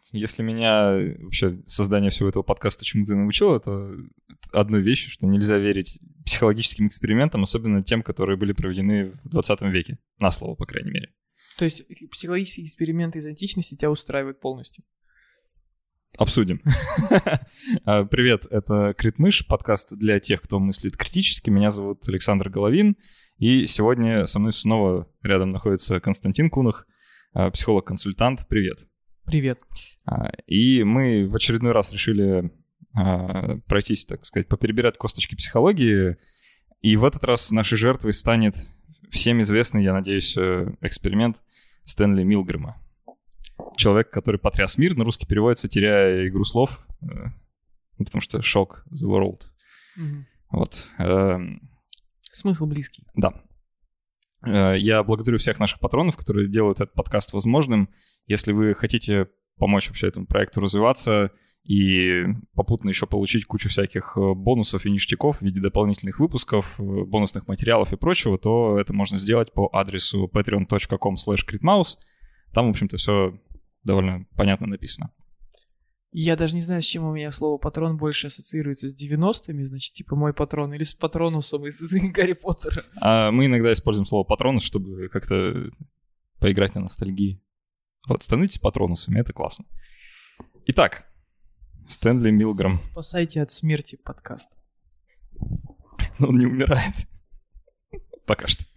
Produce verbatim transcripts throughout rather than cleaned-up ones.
Если меня вообще создание всего этого подкаста чему-то научило, то одну вещь, что нельзя верить психологическим экспериментам, особенно тем, которые были проведены в двадцатом веке. На слово, по крайней мере. То есть психологические эксперименты из античности тебя устраивают полностью? Обсудим. Привет, это Критмыш, подкаст для тех, кто мыслит критически. Меня зовут Александр Головин, и сегодня со мной снова рядом находится Константин Кунах, психолог-консультант. Привет. Привет. И мы в очередной раз решили пройтись, так сказать, поперебирать косточки психологии, и в этот раз нашей жертвой станет всем известный, я надеюсь, эксперимент Стэнли Милгрэма. Человек, который потряс мир, на русский переводится, теряя игру слов, э, потому что шок the world. Угу. Вот. Э, Смысл близкий. Да. Э, я благодарю всех наших патронов, которые делают этот подкаст возможным. Если вы хотите помочь вообще этому проекту развиваться и попутно еще получить кучу всяких бонусов и ништяков в виде дополнительных выпусков, бонусных материалов и прочего, то это можно сделать по адресу patreon точка com слэш критмаус. Там, в общем-то, все довольно понятно написано. Я даже не знаю, с чем у меня слово «патрон» больше ассоциируется с девяностыми, значит, типа мой патрон, или с Патронусом из Гарри Поттера. А мы иногда используем слово «патронус», чтобы как-то поиграть на ностальгии. Вот, становитесь патронусами, это классно. Итак, Стэнли Милгрэм. Спасайте от смерти подкаст. Но он не умирает. Пока что.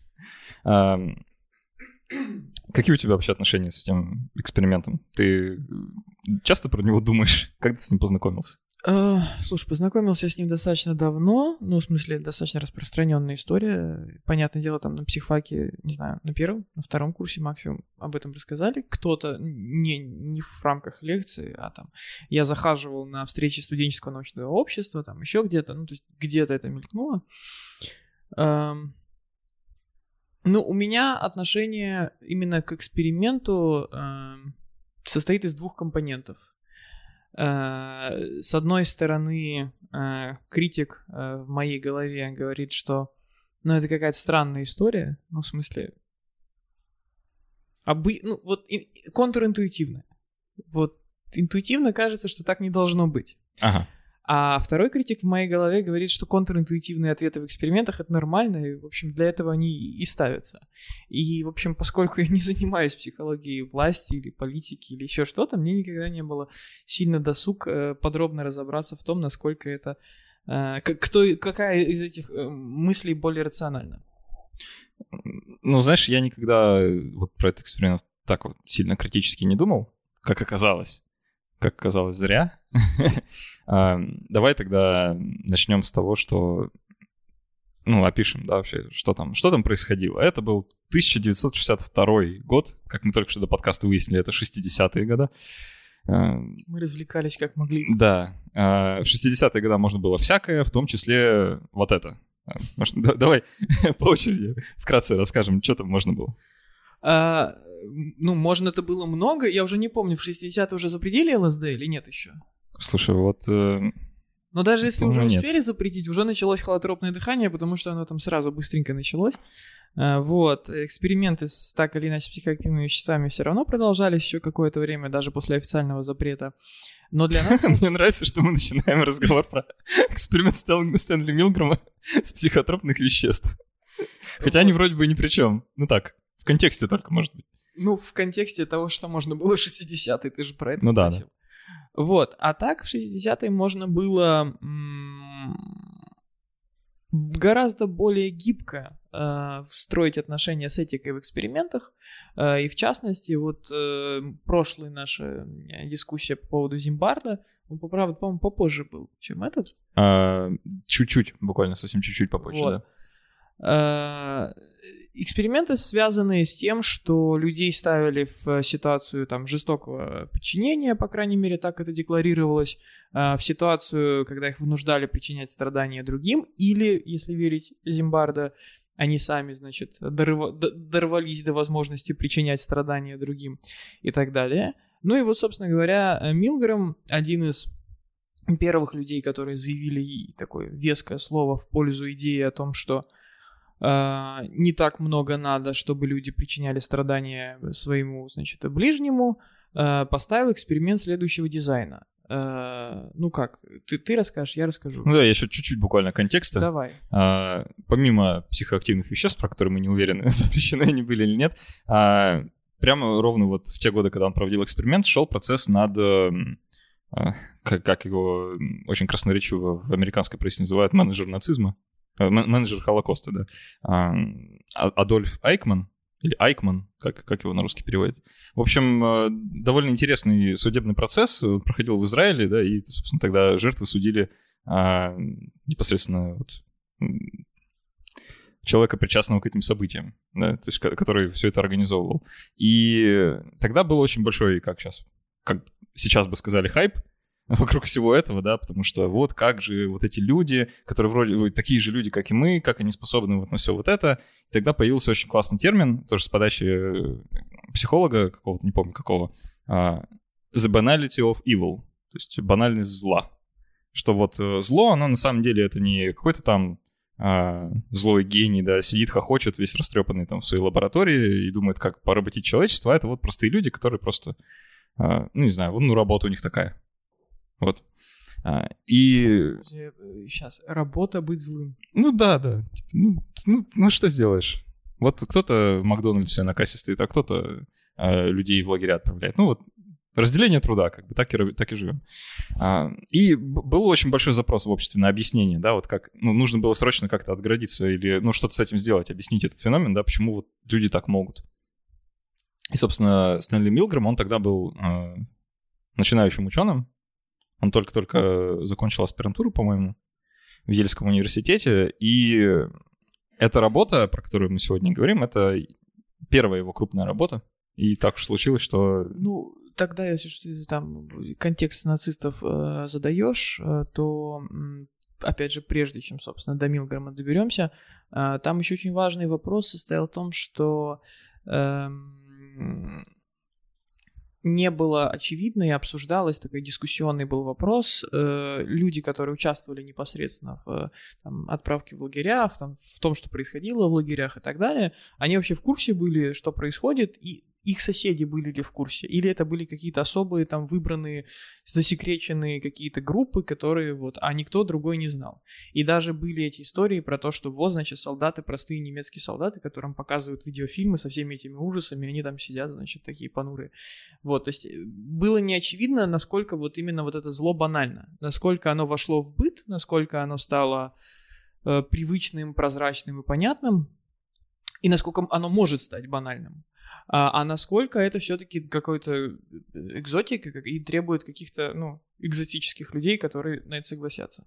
Какие у тебя вообще отношения с этим экспериментом? Ты часто про него думаешь? Как ты с ним познакомился? Uh, слушай, познакомился с ним достаточно давно, ну, в смысле, достаточно распространенная история. Понятное дело, там на психфаке, не знаю, на первом, на втором курсе максимум об этом рассказали. Кто-то, не, не в рамках лекции, а там я захаживал на встречи студенческого научного общества, там еще где-то, ну, то есть где-то это мелькнуло. Uh, Ну, у меня отношение именно к эксперименту э, состоит из двух компонентов. Э, с одной стороны, э, критик э, в моей голове говорит, что ну, это какая-то странная история, ну, в смысле, обы... ну, вот ин... контринтуитивная. Вот интуитивно кажется, что так не должно быть. Ага. А второй критик в моей голове говорит, что контринтуитивные ответы в экспериментах — это нормально, и, в общем, для этого они и ставятся. И, в общем, поскольку я не занимаюсь психологией власти или политики или еще что-то, мне никогда не было сильно досуг э, подробно разобраться в том, насколько это... Э, кто, какая из этих э, мыслей более рациональна. Ну, знаешь, я никогда вот про этот эксперимент так вот сильно критически не думал, как оказалось. Как оказалось, зря. Давай тогда начнем с того, что, ну, опишем, да, вообще, что там, что там происходило. Это был тысяча девятьсот шестьдесят второй год, как мы только что до подкаста выяснили, это шестидесятые годы. Мы развлекались как могли. Да, в шестидесятые годы можно было всякое, в том числе вот это. Может, давай по очереди вкратце расскажем, что там можно было. А, ну, можно это было много. Я уже не помню, в шестидесятые уже запретили ЛСД или нет еще? Слушай, вот... Э, Но даже если уже нет. успели запретить, уже началось холотропное дыхание, потому что оно там сразу быстренько началось. А, вот. Эксперименты с так или иначе психоактивными веществами все равно продолжались еще какое-то время, даже после официального запрета. Но для нас... Мне нравится, что мы начинаем разговор про эксперимент Стэнли Милгрэма с психотропных веществ. Хотя они вроде бы ни при чем. Ну так, в контексте только, может быть. Ну, в контексте того, что можно было в шестидесятые, ты же про это ну, спросил. Да, да. Вот, а так в шестидесятые можно было м- гораздо более гибко э, встроить отношения с этикой в экспериментах. Э, и в частности, вот э, прошлая наша дискуссия по поводу Зимбарда, он, по правде, по-моему, попозже был, чем этот. А, чуть-чуть, буквально совсем чуть-чуть попозже, вот. Да. А, эксперименты, связанные с тем, что людей ставили в ситуацию там, жестокого подчинения, по крайней мере, так это декларировалось, в ситуацию, когда их вынуждали причинять страдания другим, или, если верить Зимбарда, они сами, значит, дорва- дорвались до возможности причинять страдания другим и так далее. Ну и вот, собственно говоря, Милгрэм, один из первых людей, которые заявили такое веское слово в пользу идеи о том, что Uh, не так много надо, чтобы люди причиняли страдания своему, значит, ближнему. э, поставил эксперимент следующего дизайна. Э, ну как, ты, ты расскажешь, я расскажу. Ну да, еще чуть-чуть буквально контекста. Давай. А, помимо психоактивных веществ, про которые мы не уверены, запрещены они были или нет, а, прямо ровно вот в те годы, когда он проводил эксперимент, шел процесс над, а, как, как его очень красноречиво в американской прессе называют, менеджер нацизма, а, менеджер Холокоста, да, а, Адольф Айкман, или Айкман, как, как его на русский переводят. В общем, довольно интересный судебный процесс проходил в Израиле, да, и, собственно, тогда жертвы судили а, непосредственно вот, человека, причастного к этим событиям, да, то есть, который все это организовывал. И тогда был очень большой, как сейчас, как сейчас бы сказали, хайп вокруг всего этого, да, потому что вот как же вот эти люди, которые вроде такие же люди, как и мы, как они способны вот на все вот это. И тогда появился очень классный термин, тоже с подачи психолога какого-то, не помню какого, uh, the banality of evil, то есть банальность зла. Что вот зло, оно на самом деле это не какой-то там uh, злой гений, да, сидит, хохочет, весь растрепанный там в своей лаборатории и думает, как поработить человечество, а это вот простые люди, которые просто, uh, ну не знаю, ну работа у них такая. Вот. А, и... Сейчас, работа быть злым. Ну да, да. Ну, ну, ну что сделаешь? Вот кто-то в Макдональдсе на кассе стоит, а кто-то а, людей в лагеря отправляет. Ну вот разделение труда, как бы, так и, так и живем. А, и был очень большой запрос в обществе на объяснение, да, вот как, ну, нужно было срочно как-то отгородиться или, ну, что-то с этим сделать, объяснить этот феномен, да, почему вот люди так могут. И, собственно, Стэнли Милгрэм, он тогда был а, начинающим ученым. Он только-только закончил аспирантуру, по-моему, в Ельском университете. И эта работа, про которую мы сегодня говорим, это первая его крупная работа. И так уж случилось, что... Ну, тогда, если ты там контекст нацистов э, задаешь, э, то, опять же, прежде чем, собственно, до Милгрэма доберемся, э, там еще очень важный вопрос состоял в том, что... Э, не было очевидно и обсуждалось, такой дискуссионный был вопрос. Э, люди, которые участвовали непосредственно в там, отправке в лагеря, в, там, в том, что происходило в лагерях и так далее, они вообще в курсе были, что происходит, и их соседи были ли в курсе, или это были какие-то особые там выбранные, засекреченные какие-то группы, которые вот, а никто другой не знал. И даже были эти истории про то, что вот, значит, солдаты, простые немецкие солдаты, которым показывают видеофильмы со всеми этими ужасами, они там сидят, значит, такие понурые. Вот, то есть было не очевидно, насколько вот именно вот это зло банально, насколько оно вошло в быт, насколько оно стало э, привычным, прозрачным и понятным, и насколько оно может стать банальным. А, а насколько это все-таки какой-то экзотика и требует каких-то, ну, экзотических людей, которые на это согласятся.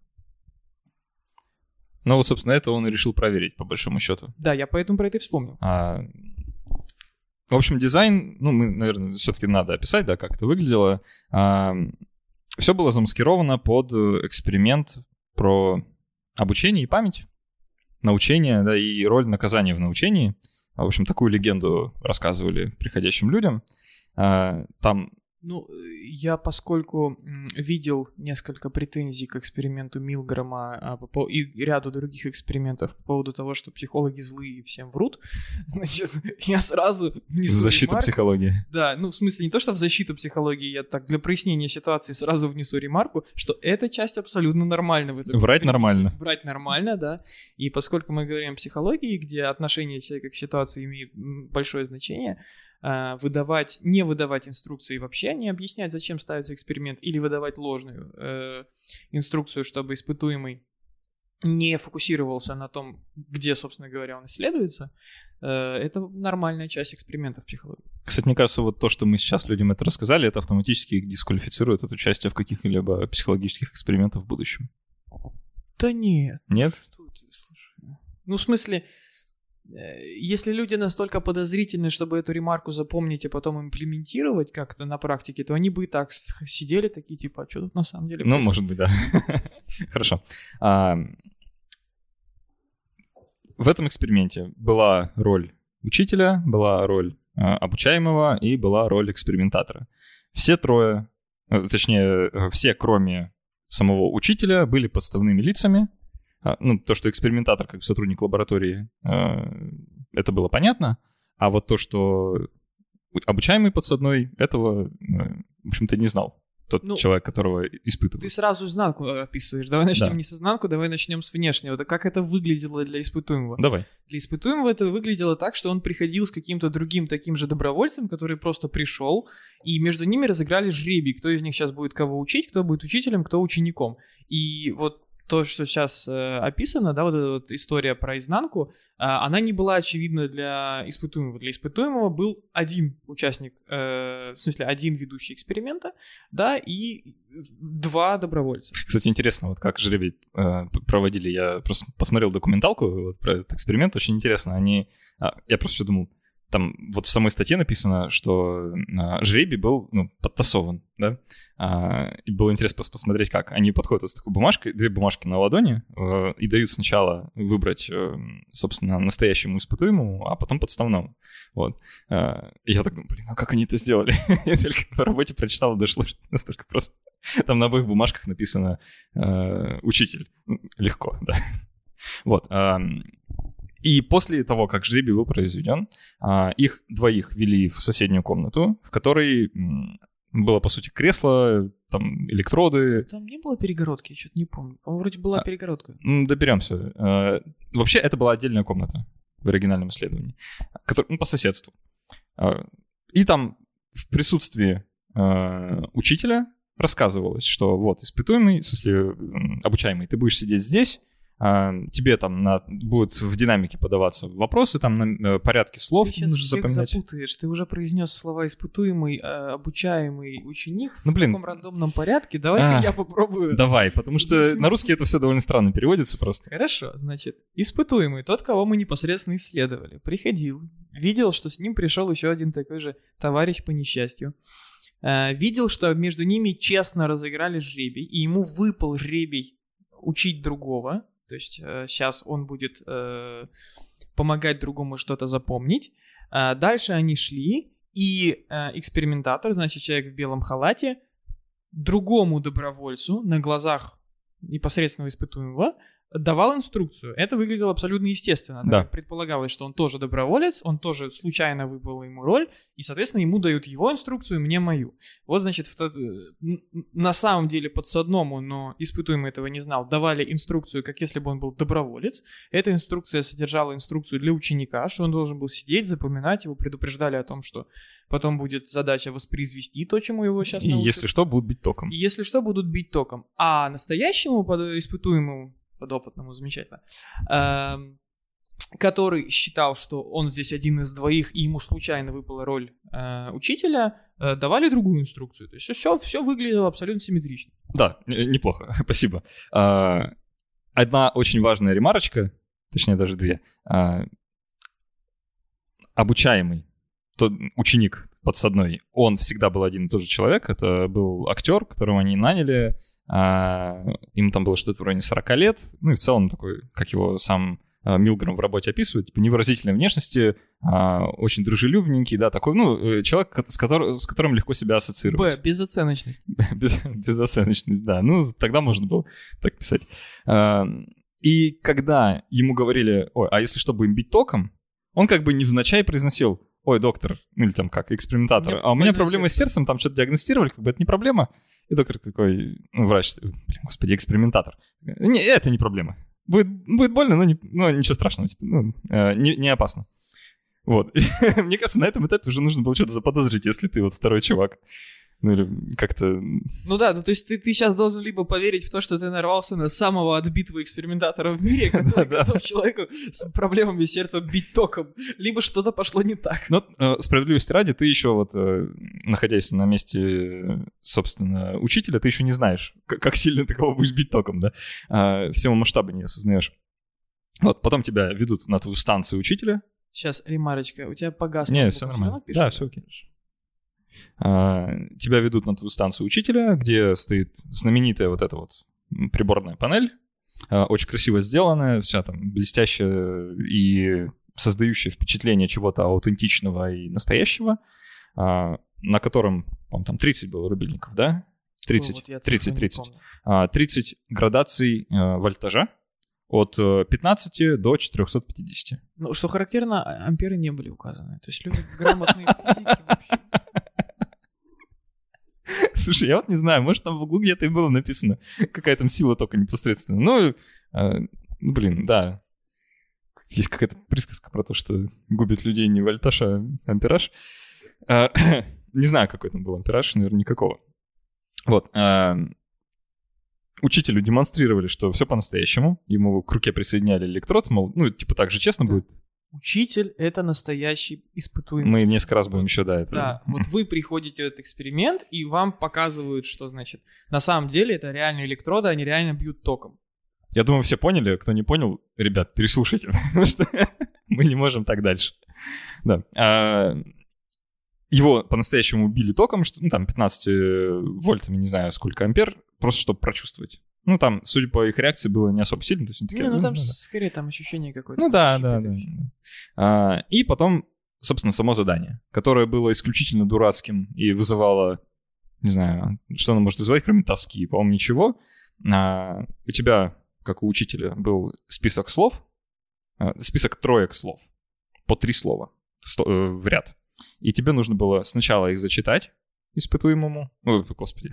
Ну вот, собственно, это он и решил проверить, по большому счету. Да, я поэтому про это и вспомнил. А, в общем, дизайн, ну, мы, наверное, все-таки надо описать, да, как это выглядело. А, все было замаскировано под эксперимент про обучение и память, научение, да, и роль наказания в научении. В общем, такую легенду рассказывали приходящим людям. Там... Ну, я, поскольку видел несколько претензий к эксперименту Милгрэма и ряду других экспериментов по поводу того, что психологи злые и всем врут, значит, я сразу внесу в защиту ремарку. Психологии. Да, ну, в смысле, не то, что в защиту психологии, я так для прояснения ситуации сразу внесу ремарку, что эта часть абсолютно нормальна. В этом Врать нормально. Врать нормально, да. И поскольку мы говорим о психологии, где отношение человека к ситуации имеет большое значение, выдавать, не выдавать инструкции вообще, не объяснять, зачем ставится эксперимент, или выдавать ложную э, инструкцию, чтобы испытуемый не фокусировался на том, где, собственно говоря, он исследуется, э, это нормальная часть эксперимента в психологии. Кстати, мне кажется, вот то, что мы сейчас людям это рассказали, это автоматически их дисквалифицирует от участия в каких-либо психологических экспериментах в будущем. Да нет. Нет? Что ты, слушай. Ну, в смысле... Если люди настолько подозрительны, чтобы эту ремарку запомнить и потом имплементировать как-то на практике, то они бы и так сидели такие, типа, а что тут на самом деле происходит? Ну, может быть, да. Хорошо. В этом эксперименте была роль учителя, была роль обучаемого и была роль экспериментатора. Все трое, точнее, все, кроме самого учителя, были подставными лицами. Ну, то, что экспериментатор как сотрудник лаборатории, это было понятно. А вот то, что обучаемый подсадной этого, в общем-то, не знал. Тот ну, человек, которого испытывал. Ты сразу изнанку описываешь. Давай начнем да. не с изнанку, давай начнем с внешнего. Как это выглядело для испытуемого? Давай. Для испытуемого это выглядело так, что он приходил с каким-то другим таким же добровольцем, который просто пришел, и между ними разыграли жребий, кто из них сейчас будет кого учить, кто будет учителем, кто учеником. И вот то, что сейчас э, описано, да, вот эта вот история про изнанку, э, она не была очевидна для испытуемого. Для испытуемого был один участник, э, в смысле, один ведущий эксперимента, да, и два добровольца. Кстати, интересно, вот как жребий э, проводили. Я просто посмотрел документалку вот, про этот эксперимент, очень интересно. Они, э, я просто еще думал, там вот в самой статье написано, что а, жребий был ну, подтасован, да, а, и было интересно просто посмотреть, как они подходят вот с такой бумажкой, две бумажки на ладони, э, и дают сначала выбрать, э, собственно, настоящему испытуемому, а потом подставному, вот. А, и я так думаю, блин, а как они это сделали? Я только по работе прочитал, дошло настолько просто. Там на обоих бумажках написано э, «учитель». Легко, да. Вот. Э, И после того, как жребий был произведен, их двоих вели в соседнюю комнату, в которой было, по сути, кресло, там электроды. Там не было перегородки, я что-то не помню. По-моему, вроде была а, перегородка. Доберемся. Вообще, это была отдельная комната в оригинальном исследовании, который, ну, по соседству. И там в присутствии учителя рассказывалось, что вот испытуемый, в смысле обучаемый, ты будешь сидеть здесь, тебе там на, будут в динамике подаваться вопросы, там на порядке слов ты нужно запоминать. Ты запутаешь, ты уже произнес слова испытуемый, обучаемый ученик ну, в блин. таком рандомном порядке. Давай-ка а, я попробую. Давай, потому что на русский это все довольно странно переводится просто. Хорошо, значит, испытуемый, тот, кого мы непосредственно исследовали, приходил, видел, что с ним пришел еще один такой же товарищ по несчастью, видел, что между ними честно разыграли жребий, и ему выпал жребий учить другого. То есть э, сейчас он будет э, помогать другому что-то запомнить. Э, дальше они шли, и э, экспериментатор, значит, человек в белом халате, другому добровольцу на глазах непосредственного испытуемого давал инструкцию. Это выглядело абсолютно естественно. Да. Предполагалось, что он тоже доброволец, он тоже случайно выпала ему роль, и, соответственно, ему дают его инструкцию, мне мою. Вот, значит, в тот... на самом деле подсадному, но испытуемый этого не знал, давали инструкцию, как если бы он был доброволец. Эта инструкция содержала инструкцию для ученика, что он должен был сидеть, запоминать, его предупреждали о том, что потом будет задача воспроизвести то, чему его сейчас научат. И если что, будут бить током. И если что, будут бить током. А настоящему испытуемому, подопытному, замечательно, э, который считал, что он здесь один из двоих, и ему случайно выпала роль э, учителя, э, давали другую инструкцию. То есть все, все выглядело абсолютно симметрично. Да, неплохо, спасибо. А, одна очень важная ремарочка, точнее даже две. А, обучаемый, тот ученик подсадной, он всегда был один и тот же человек. Это был актер, которого они наняли. А, ему там было что-то в районе сорок лет, ну и в целом такой, как его сам а, Милграм в работе описывает, типа невыразительной внешности, а, очень дружелюбненький, да, такой, ну, человек, с, который, с которым легко себя ассоциировать. Б, безоценочность. Без, безоценочность, да, ну, тогда можно было так писать. А, и когда ему говорили, ой, а если что, будем бить током, он как бы невзначай произносил, ой, доктор, ну или там как, экспериментатор, а у меня проблемы с сердцем, там что-то диагностировали, как бы это не проблема. И доктор такой, ну, врач, блин, господи, экспериментатор. Не, это не проблема. Будет, будет больно, но, не, но ничего страшного, типа, ну, э, не, не опасно. Вот. И, мне кажется, на этом этапе уже нужно было что-то заподозрить, если ты вот второй чувак. Ну или как-то... Ну да, ну то есть ты, ты сейчас должен либо поверить в то, что ты нарвался на самого отбитого экспериментатора в мире, который готов человеку с проблемами сердца бить током, либо что-то пошло не так. Но справедливости ради, ты еще вот, находясь на месте, собственно, учителя, ты еще не знаешь, как сильно ты кого будешь бить током, да? Всего масштаба не осознаешь. Вот, потом тебя ведут на твою станцию учителя. Сейчас, ремарочка, у тебя погасло. Не, все нормально. Да, все окей. Тебя ведут на твою станцию учителя, где стоит знаменитая вот эта вот приборная панель, очень красиво сделанная, вся там блестящая и создающая впечатление чего-то аутентичного и настоящего, на котором, по-моему, там тридцать было рубильников, да? тридцать, тридцать, тридцать. тридцать градаций вольтажа, от пятнадцати до четырехсот пятидесяти. Ну, что характерно, амперы не были указаны. То есть люди грамотные физики вообще. Слушай, я вот не знаю, может, там в углу где-то и было написано, какая там сила тока непосредственно. Ну, э, блин, да. Есть какая-то присказка про то, что губит людей не вольтаж, а ампераж. Э, не знаю, какой там был ампераж, наверное, никакого. Вот. Э, учителю демонстрировали, что все по-настоящему. Ему к руке присоединяли электрод, мол, ну, типа так же честно будет. Учитель — это настоящий испытуемый. Мы несколько раз будем еще, да, это... Да, вот вы приходите в этот эксперимент, и вам показывают, что, значит, на самом деле это реальные электроды, они реально бьют током. Я думаю, все поняли. Кто не понял, ребят, переслушайте, потому что мы не можем так дальше. Да. А, его по-настоящему били током, что, ну, там, пятнадцатью вольтами, не знаю, сколько ампер, просто чтобы прочувствовать. Ну, там, судя по их реакции, было не особо сильно. То есть, такие, не, ну, ну там да, скорее там ощущение какое-то. Ну да, да, да. А, и потом, собственно, само задание, которое было исключительно дурацким и вызывало, не знаю, что оно может вызывать, кроме тоски, по-моему, ничего. А, у тебя, как у учителя, был список слов, а, список троек слов, по три слова в, сто, э, в ряд. И тебе нужно было сначала их зачитать испытуемому, ой, господи,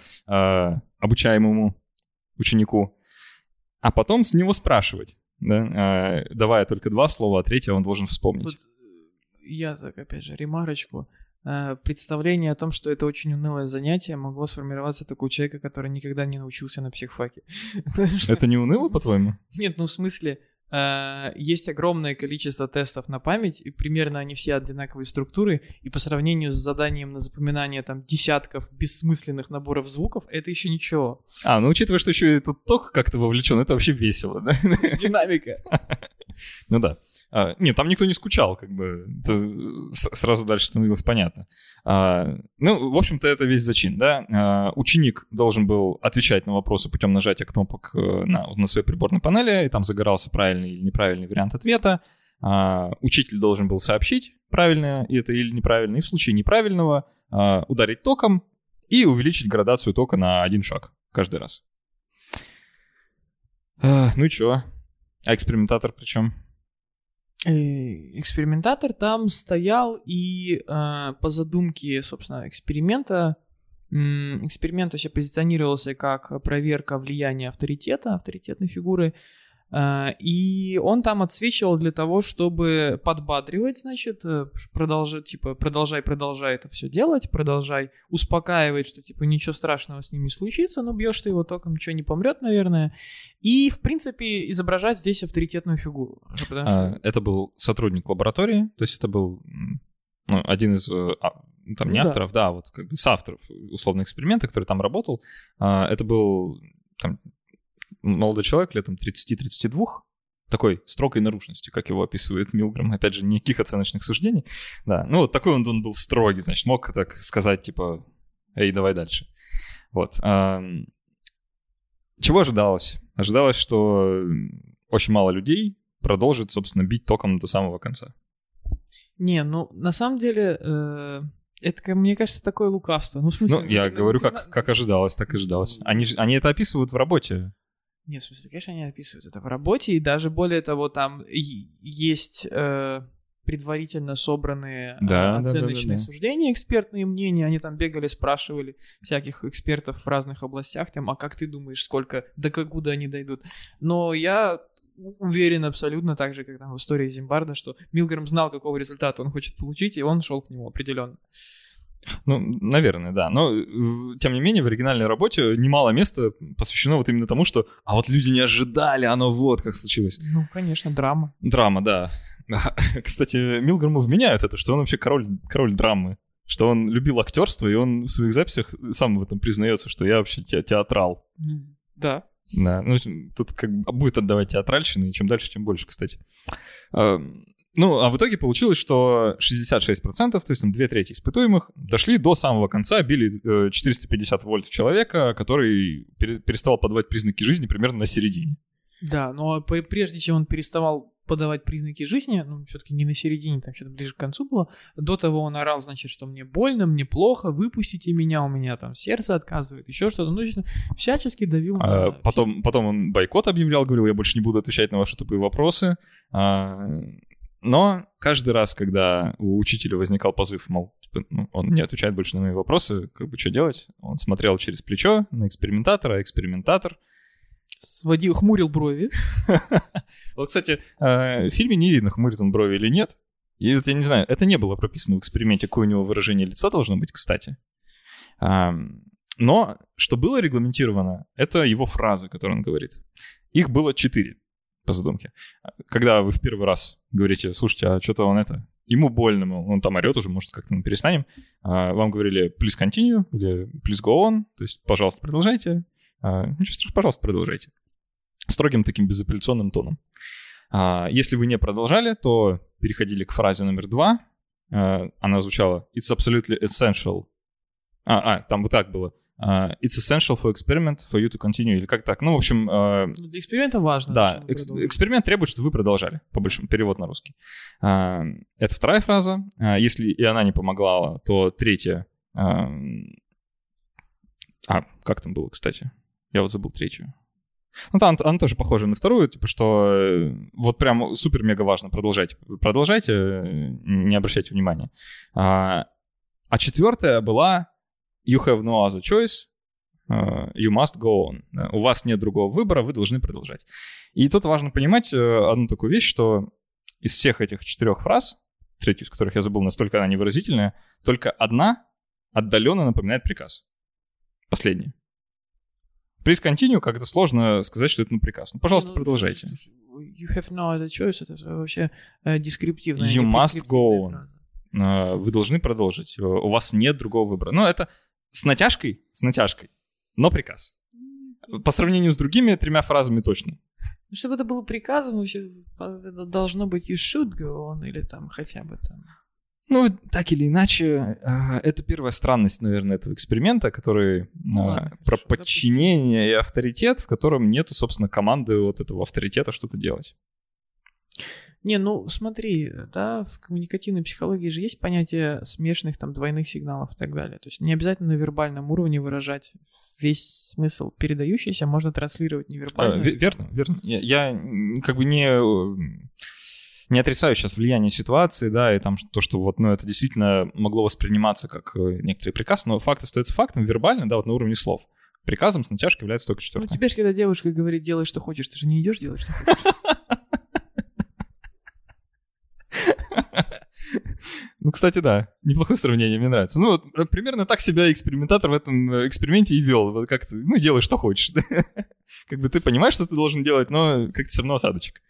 обучаемому ученику, а потом с него спрашивать, да, давая только два слова, а третье он должен вспомнить. Вот я так, опять же, ремарочку. Представление о том, что это очень унылое занятие, могло сформироваться только у человека, который никогда не научился на психфаке. Это не уныло, по-твоему? Нет, ну в смысле, есть огромное количество тестов на память, и примерно они все одинаковой структуры, и по сравнению с заданием на запоминание там десятков бессмысленных наборов звуков, это еще ничего. А, ну учитывая, что еще и тут ток как-то вовлечен, это вообще весело, да? Динамика. Ну да. А, нет, там никто не скучал, как бы, это сразу дальше становилось понятно. А, ну, в общем-то, это весь зачин, да. А, ученик должен был отвечать на вопросы путем нажатия кнопок на, на своей приборной панели, и там загорался правильный или неправильный вариант ответа. А, учитель должен был сообщить, правильно это или неправильно, и в случае неправильного а, ударить током и увеличить градацию тока на один шаг каждый раз. А, ну и чё? А экспериментатор при чем? Экспериментатор там стоял, и э, по задумке, собственно, эксперимента, э, эксперимент вообще позиционировался как проверка влияния авторитета, авторитетной фигуры, э, и он там отсвечивал для того, чтобы подбадривать, значит, продолжать, типа, продолжай, продолжай это все делать, продолжай успокаивать, что, типа, ничего страшного с ним не случится, но бьешь ты его током, ничего не помрет, наверное, и, в принципе, изображать здесь авторитетную фигуру. Потому что... а, это был сотрудник лаборатории, то есть это был, ну, один из, там, не ну, авторов, да. да, вот как бы соавторов условного эксперимента, который там работал. А, это был там молодой человек, лет тридцать-тридцать два, такой строгой наружности, как его описывает Милгрэм. Опять же, никаких оценочных суждений. Да, ну вот такой он, он был строгий, значит, мог так сказать, типа, эй, давай дальше. Вот. А, чего ожидалось? Ожидалось, что очень мало людей продолжит, собственно, бить током до самого конца. Не, ну, на самом деле, э, это, мне кажется, такое лукавство. Ну, в смысле... Ну, я ну, говорю, ну, как, как ожидалось, так и ожидалось. Они, они это описывают в работе. Нет, в смысле, конечно, они описывают это в работе, и даже более того, там есть э, предварительно собранные да, э, оценочные да, да, да, да. суждения, экспертные мнения, они там бегали, спрашивали всяких экспертов в разных областях, там, а как ты думаешь, сколько, до куда они дойдут? Но я уверен абсолютно, так же, как там в истории Зимбарда, что Милгрэм знал, какого результата он хочет получить, и он шел к нему определенно. Ну, наверное, да. Но, тем не менее, в оригинальной работе немало места посвящено вот именно тому, что «а вот люди не ожидали, оно вот как случилось». Ну, конечно, драма. Драма, да. Кстати, Милгрэму вменяют это, что он вообще король, король драмы. Что он любил актерство, и он в своих записях сам в этом признается, что я вообще те- театрал. Да. Да, ну, тут как бы будет отдавать театральщины, и чем дальше, тем больше, кстати. Ну, а в итоге получилось, что шестьдесят шесть процентов, то есть там две трети испытуемых, дошли до самого конца, били четыреста пятьдесят вольт в человека, который переставал подавать признаки жизни примерно на середине. Да, но прежде чем он переставал подавать признаки жизни, ну, все-таки не на середине, там что-то ближе к концу было. До того он орал, значит, что мне больно, мне плохо, выпустите меня, у меня там сердце отказывает, еще что-то. Ну, всячески давил. А, на... потом, потом он бойкот объявлял, говорил, я больше не буду отвечать на ваши тупые вопросы. А, но каждый раз, когда у учителя возникал позыв, мол, ну, он не отвечает больше на мои вопросы, как бы что делать, он смотрел через плечо на экспериментатора, а экспериментатор сводил, хмурил брови. Вот, кстати, в фильме не видно, хмурит он брови или нет. И вот я не знаю, это не было прописано в эксперименте, какое у него выражение лица должно быть, кстати. Но что было регламентировано, это его фразы, которые он говорит. Их было четыре по задумке. Когда вы в первый раз говорите, слушайте, а что-то он это... Ему больно, мол, он там орет уже, может, как-то мы перестанем. Вам говорили please continue или please go on, то есть, пожалуйста, продолжайте. Ничего страшного, пожалуйста, продолжайте. Строгим таким безапелляционным тоном. Если вы не продолжали, то переходили к фразе номер два. Она звучала it's absolutely essential. А, а там вот так было. It's essential for experiment for you to continue. Или как так? Ну, в общем... Для эксперимента важно. Да, экс- эксперимент требует, чтобы вы продолжали. По большому перевод на русский. Это вторая фраза. Если и она не помогла, то третья... А, как там было, кстати? Я вот забыл третью. Ну, там она тоже похожа на вторую, типа, что вот прям супер-мега важно. Продолжайте. Продолжайте, не обращайте внимания. А, а четвертая была you have no other choice, you must go on. У вас нет другого выбора, вы должны продолжать. И тут важно понимать одну такую вещь, что из всех этих четырех фраз, третью из которых я забыл, настолько она невыразительная, только одна отдаленно напоминает приказ. Последняя. Please continue, как-то сложно сказать, что это ну, приказ. Ну, пожалуйста, ну, продолжайте. You have no other choice, это вообще э, дескриптивная. You must go on. Фраза. Вы должны продолжить. У вас нет другого выбора. Ну, это с натяжкой, с натяжкой, но приказ. По сравнению с другими тремя фразами точно. Чтобы это было приказом, вообще это должно быть you should go on, или там хотя бы там... Ну, так или иначе, это первая странность, наверное, этого эксперимента, который ну, ладно, про хорошо, подчинение допустим. И авторитет, в котором нету, собственно, команды вот этого авторитета что-то делать. Не, ну смотри, да, в коммуникативной психологии же есть понятие смешанных там двойных сигналов и так далее. То есть не обязательно на вербальном уровне выражать весь смысл передающийся, можно транслировать невербально. А, верно, верно. Я, я как бы не... Не отрицаю сейчас влияние ситуации, да, и там то, что вот, ну, это действительно могло восприниматься как некоторый приказ, но факт остается фактом, вербально, да, вот на уровне слов. Приказом с натяжкой является только четвертое. Ну, тебе же, когда девушка говорит, делай, что хочешь, ты же не идешь делать, что хочешь. Ну, кстати, да, неплохое сравнение, мне нравится. Ну, вот примерно так себя экспериментатор в этом эксперименте и вел. Вот как ты, ну, делай, что хочешь. Как бы ты понимаешь, что ты должен делать, но как-то все равно осадочек.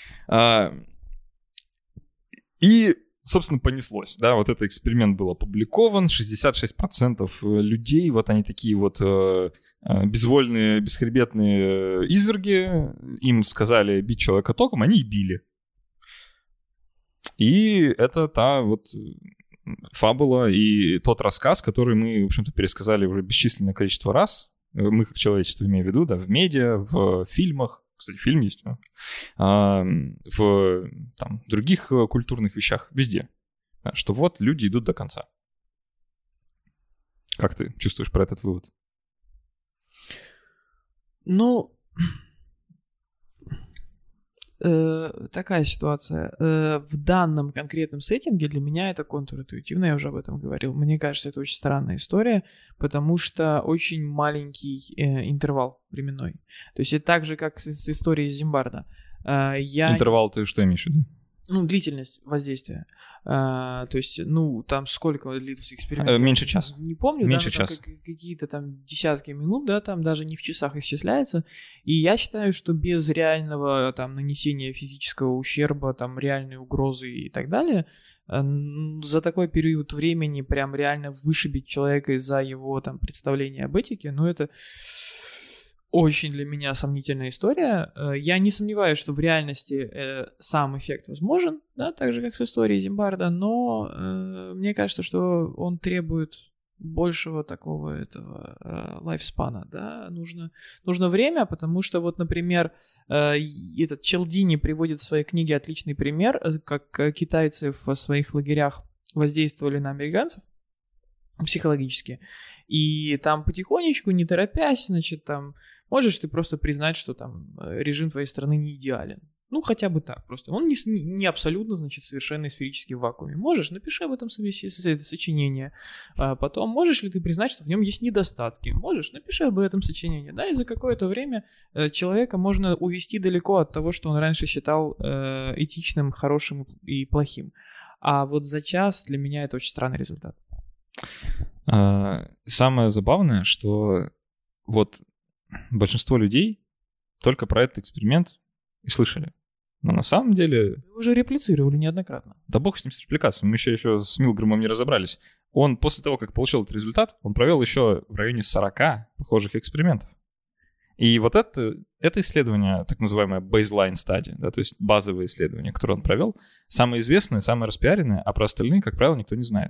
И, собственно, понеслось, да, вот этот эксперимент был опубликован, шестьдесят шесть процентов людей, вот они такие вот э, безвольные, бесхребетные изверги, им сказали бить человека током, они и били. И это та вот фабула и тот рассказ, который мы, в общем-то, пересказали уже бесчисленное количество раз, мы как человечество имею в виду, да, в медиа, в фильмах. Кстати, фильм есть, а, в там, других культурных вещах, везде, что вот люди идут до конца. Как ты чувствуешь про этот вывод? Ну, э, такая ситуация. Э, в данном конкретном сеттинге для меня это контринтуитивно, я уже об этом говорил. Мне кажется, это очень странная история, потому что очень маленький э, интервал временной. То есть это так же, как с, с историей Зимбарда. Э, я... Интервал ты что имеешь в виду? Ну, длительность воздействия. А, то есть, ну, там сколько длится эксперимент? Меньше часа. Не помню, Меньше да, часа. Какие-то там десятки минут, да, там даже не в часах исчисляется. И я считаю, что без реального там нанесения физического ущерба, там реальной угрозы и так далее, за такой период времени прям реально вышибить человека из-за его там представления об этике, ну, это... Очень для меня сомнительная история. Я не сомневаюсь, что в реальности э, сам эффект возможен, да, так же, как с историей Зимбарда, но э, мне кажется, что он требует большего такого этого э, лайфспана, да, нужно, нужно время, потому что вот, например, э, этот Челдини приводит в своей книге отличный пример, как китайцы в своих лагерях воздействовали на американцев психологически, и там потихонечку, не торопясь, значит, там, можешь ты просто признать, что там режим твоей страны не идеален. Ну, хотя бы так, просто. Он не, не абсолютно, значит, совершенный сферический в вакууме. Можешь, напиши об этом сочинение. А потом, можешь ли ты признать, что в нем есть недостатки? Можешь, напиши об этом сочинение. Да, и за какое-то время человека можно увести далеко от того, что он раньше считал э, этичным, хорошим и плохим. А вот за час для меня это очень странный результат. А, самое забавное, что вот большинство людей только про этот эксперимент и слышали. Но на самом деле... Вы уже реплицировали неоднократно. Да бог с ним, с репликацией. Мы еще, еще с Милгромом не разобрались. Он после того, как получил этот результат, он провел еще в районе сорока похожих экспериментов. И вот это, это исследование, так называемое baseline study, да, то есть базовое исследование, которое он провел, самое известное, самое распиаренное, а про остальные, как правило, никто не знает.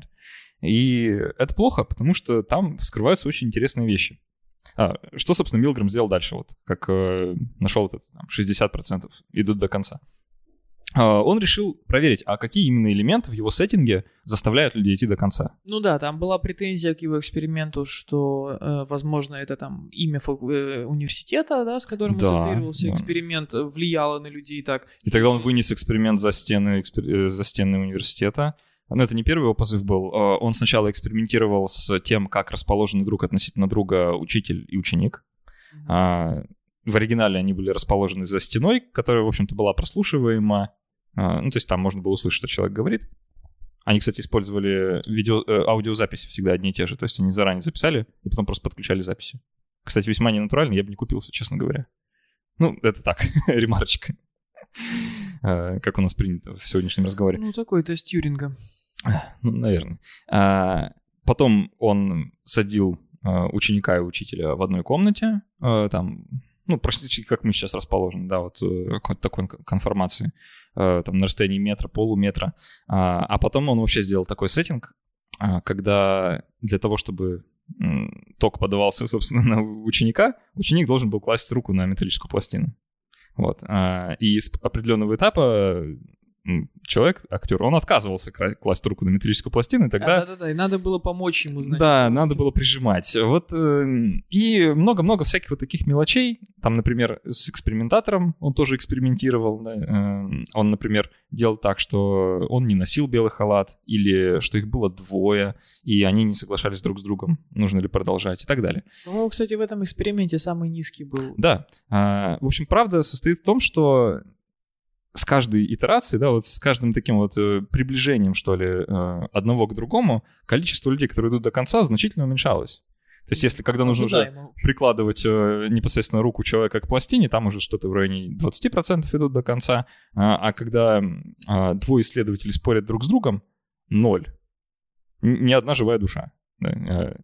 И это плохо, потому что там вскрываются очень интересные вещи. А, что, собственно, Милграм сделал дальше, вот, как э, нашел это, там, шестьдесят процентов идут до конца. А, он решил проверить, а какие именно элементы в его сеттинге заставляют людей идти до конца. Ну да, там была претензия к его эксперименту, что, э, возможно, это там имя фак- э, университета, да, с которым да, ассоциировался да. эксперимент, влияло на людей так. И тогда он вынес эксперимент за стены, экспер... за стены университета. Но это не первый его позыв был. Он сначала экспериментировал с тем, как расположены друг относительно друга учитель и ученик. Mm-hmm. В оригинале они были расположены за стеной, которая, в общем-то, была прослушиваема. Ну, то есть там можно было услышать, что человек говорит. Они, кстати, использовали видео, аудиозаписи всегда одни и те же. То есть они заранее записали и потом просто подключали записи. Кстати, весьма ненатурально, я бы не купился, честно говоря. Ну, это так, ремарочка. Как у нас принято в сегодняшнем разговоре. Ну, такой тест Тьюринга. Ну, наверное. А, потом он садил а, ученика и учителя в одной комнате, а, там, ну, практически как мы сейчас расположены, да, вот какой-то такой конформации, а, там, на расстоянии метра, полуметра. А, а потом он вообще сделал такой сеттинг, а, когда для того, чтобы м, ток подавался, собственно, на ученика, ученик должен был класть руку на металлическую пластину. Вот. А, и с определенного этапа человек, актер, он отказывался класть руку на металлическую пластину, и тогда... А, да-да-да, и надо было помочь ему, значит. Да, надо было прижимать. Вот, и много-много всяких вот таких мелочей. Там, например, с экспериментатором он тоже экспериментировал. Да? Он, например, делал так, что он не носил белый халат, или что их было двое, и они не соглашались друг с другом, нужно ли продолжать, и так далее. Ну, кстати, в этом эксперименте самый низкий был. Да. В общем, правда состоит в том, что с каждой итерацией, да, вот с каждым таким вот э, приближением, что ли, э, одного к другому, количество людей, которые идут до конца, значительно уменьшалось. То есть если когда нужно уже прикладывать э, непосредственно руку человека к пластине, там уже что-то в районе двадцать процентов идут до конца, а, а когда э, двое исследователей спорят друг с другом, ноль. Ни одна живая душа. Да.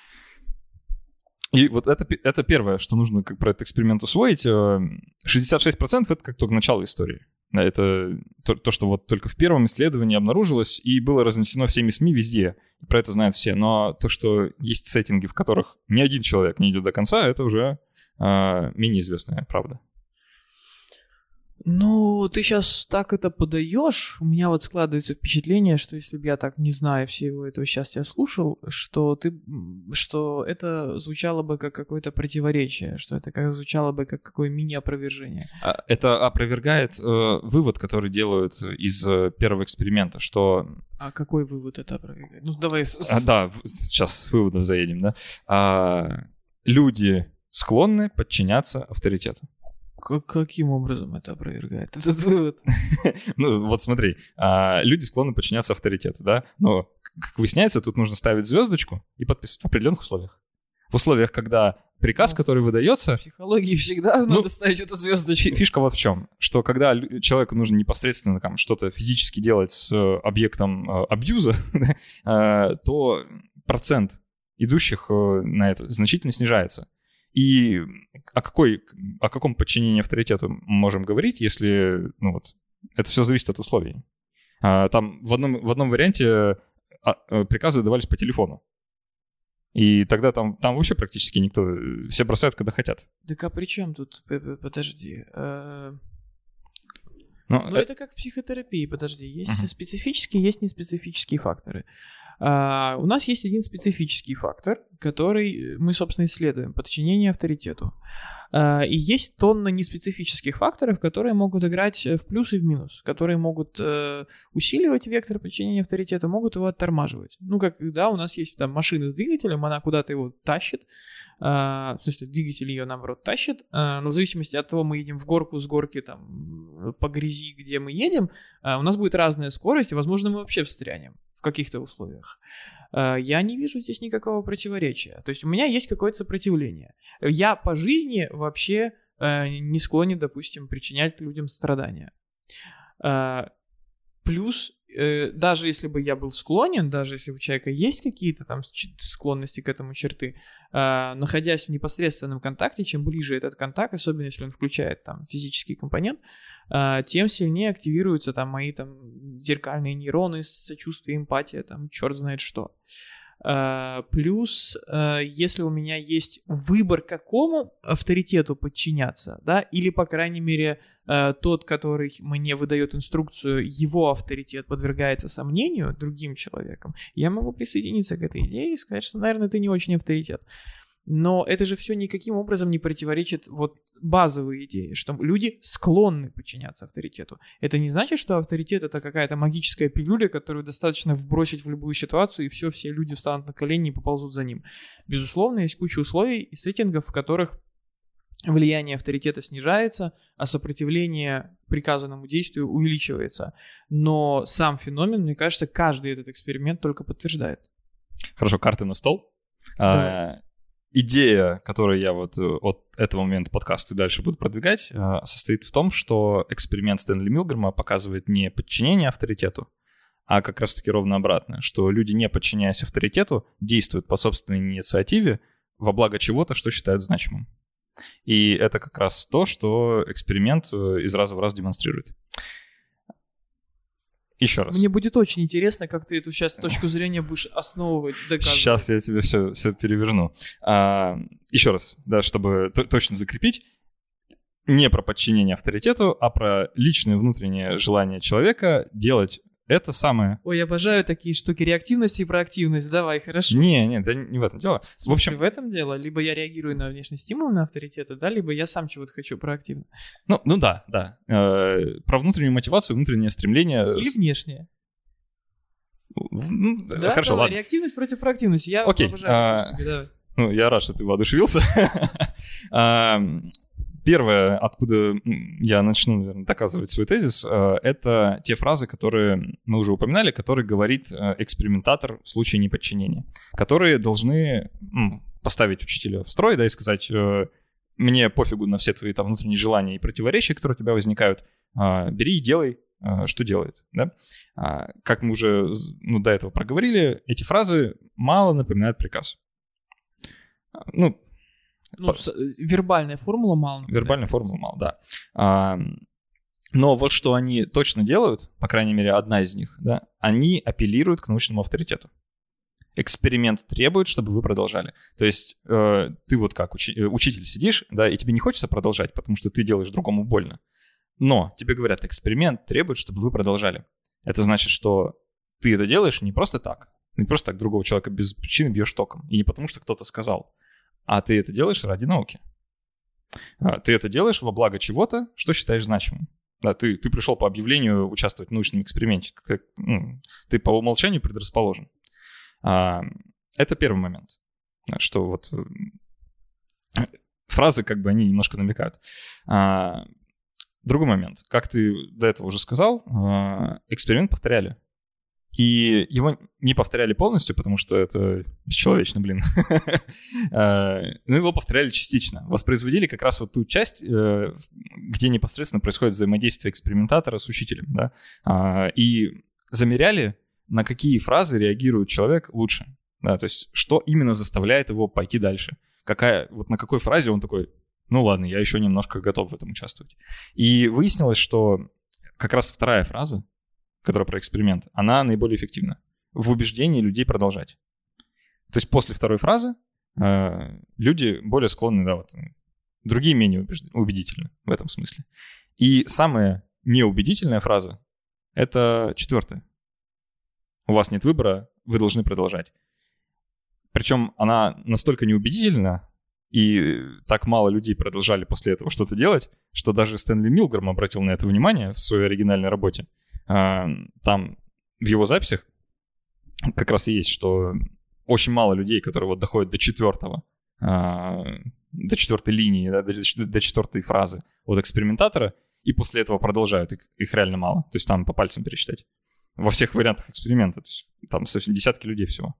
И вот это, это первое, что нужно как про этот эксперимент усвоить. шестьдесят шесть процентов это как только начало истории. Это то, то, что вот только в первом исследовании обнаружилось и было разнесено всеми СМИ везде. Про это знают все. Но то, что есть сеттинги, в которых ни один человек не идет до конца, это уже э, менее известная правда. Ну, ты сейчас так это подаешь, у меня вот складывается впечатление, что если бы я так, не зная всего этого, сейчас тебя слушал, что ты, что это звучало бы как какое-то противоречие, что это как звучало бы как какое мини-опровержение. Это опровергает э, вывод, который делают из э, первого эксперимента, что... А какой вывод это опровергает? Ну, давай... А, да, сейчас с выводом заедем, да. А, люди склонны подчиняться авторитету. Как, каким образом это опровергает этот вывод? Ну, вот смотри, люди склонны подчиняться авторитету, да, но, как выясняется, тут нужно ставить звездочку и подписывать в определенных условиях. В условиях, когда приказ, ну, который выдается... В психологии всегда ну, надо ставить эту звездочку. Фишка вот в чем, что когда человеку нужно непосредственно там, что-то физически делать с объектом абьюза, то процент идущих на это значительно снижается. И о, какой, о каком подчинении авторитету мы можем говорить, если, ну вот, это все зависит от условий. Там в одном, в одном варианте приказы давались по телефону. И тогда там, там вообще практически никто, все бросают, когда хотят. Так а при чем тут, подожди, Ну, ну, это как в психотерапии, подожди. Есть uh-huh. специфические, есть неспецифические факторы. А, у нас есть один специфический фактор, который мы, собственно, исследуем. Подчинение авторитету. А, и есть тонна неспецифических факторов, которые могут играть в плюс и в минус. Которые могут э, усиливать вектор подчинения авторитету, могут его оттормаживать. Ну, как, да, у нас есть там машина с двигателем, она куда-то его тащит. А, в смысле, двигатель ее, наоборот, тащит. А, но в зависимости от того, мы едем в горку, с горки там по грязи, где мы едем, а, у нас будет разная скорость, и, возможно, мы вообще встрянем в каких-то условиях. А, я не вижу здесь никакого противоречия. То есть у меня есть какое-то сопротивление. Я по жизни вообще а, не склонен, допустим, причинять людям страдания. А, плюс, э, даже если бы я был склонен, даже если у человека есть какие-то там склонности к этому черты, э, находясь в непосредственном контакте, чем ближе этот контакт, особенно если он включает там физический компонент, э, тем сильнее активируются там мои там зеркальные нейроны, сочувствие, эмпатия, там черт знает что. Uh, плюс, uh, если у меня есть выбор, какому авторитету подчиняться, да, или, по крайней мере, uh, тот, который мне выдает инструкцию, его авторитет подвергается сомнению другим человеком, я могу присоединиться к этой идее и сказать, что, наверное, ты не очень авторитет. Но это же все никаким образом не противоречит вот базовой идее, что люди склонны подчиняться авторитету. Это не значит, что авторитет — это какая-то магическая пилюля, которую достаточно вбросить в любую ситуацию, и все, все люди встанут на колени и поползут за ним. Безусловно, есть куча условий и сеттингов, в которых влияние авторитета снижается, а сопротивление приказанному действию увеличивается. Но сам феномен, мне кажется, каждый этот эксперимент только подтверждает. Хорошо, карты на стол. Да. Идея, которую я вот от этого момента подкаста и дальше буду продвигать, состоит в том, что эксперимент Стэнли Милгрэма показывает не подчинение авторитету, а как раз-таки ровно обратное, что люди, не подчиняясь авторитету, действуют по собственной инициативе во благо чего-то, что считают значимым. И это как раз то, что эксперимент из раза в раз демонстрирует. Еще раз. Мне будет очень интересно, как ты эту сейчас точку зрения будешь основывать, доказывать. Сейчас я тебе все, все переверну. А, еще раз, да, чтобы т- точно закрепить. Не про подчинение авторитету, а про личное внутреннее желание человека делать это самое. Ой, я обожаю такие штуки. Реактивность и проактивность. Давай, хорошо. Не, не, да не в этом дело. В общем, в этом дело. Либо я реагирую на внешний стимул, на авторитеты, да, либо я сам чего-то хочу проактивно. Ну, ну да, да. Э, про внутреннюю мотивацию, внутреннее стремление. Или внешнее. Ну, да, хорошо, давай, ладно. Реактивность против проактивности. Я Окей. обожаю а, штуки, давай. Ну, я рад, что ты воодушевился. Первое, откуда я начну, наверное, доказывать свой тезис, это те фразы, которые мы уже упоминали, которые говорит экспериментатор в случае неподчинения, которые должны поставить учителя в строй, да, и сказать: мне пофигу на все твои там внутренние желания и противоречия, которые у тебя возникают, бери и делай, что делает, да. Как мы уже ну, до этого проговорили, эти фразы мало напоминают приказ. Ну, Ну, по... вербальная формула мало. Вербальная формула мало, да. А, но вот что они точно делают, по крайней мере, одна из них, да, они апеллируют к научному авторитету. Эксперимент требует, чтобы вы продолжали. То есть э, ты вот как учи- учитель сидишь, да, и тебе не хочется продолжать, потому что ты делаешь другому больно. Но тебе говорят, эксперимент требует, чтобы вы продолжали. Это значит, что ты это делаешь не просто так. Не просто так другого человека без причины бьешь током. И не потому, что кто-то сказал. А ты это делаешь ради науки. Ты это делаешь во благо чего-то, что считаешь значимым. Да, ты, ты пришел по объявлению участвовать в научном эксперименте. Ты, ну, ты по умолчанию предрасположен. Это первый момент. Что вот фразы как бы они немножко намекают. Другой момент. Как ты до этого уже сказал, эксперимент повторяли. И его не повторяли полностью, потому что это бесчеловечно, блин. Но его повторяли частично. Воспроизводили как раз вот ту часть, где непосредственно происходит взаимодействие экспериментатора с учителем. Да? И замеряли, на какие фразы реагирует человек лучше. Да? То есть что именно заставляет его пойти дальше. Какая, вот на какой фразе он такой: ну ладно, я еще немножко готов в этом участвовать. И выяснилось, что как раз вторая фраза, которая про эксперимент, она наиболее эффективна в убеждении людей продолжать. То есть после второй фразы э, люди более склонны, да, вот, другие менее убедительны в этом смысле. И самая неубедительная фраза — это четвертая. У вас нет выбора, вы должны продолжать. Причем она настолько неубедительна, и так мало людей продолжали после этого что-то делать, что даже Стэнли Милграм обратил на это внимание в своей оригинальной работе. Там в его записях как раз и есть, что очень мало людей, которые вот доходят до четвертого, до четвертой линии, да, до четвертой фразы от экспериментатора, и после этого продолжают. Их, их реально мало. То есть там по пальцам пересчитать. Во всех вариантах эксперимента. То есть там совсем десятки людей всего.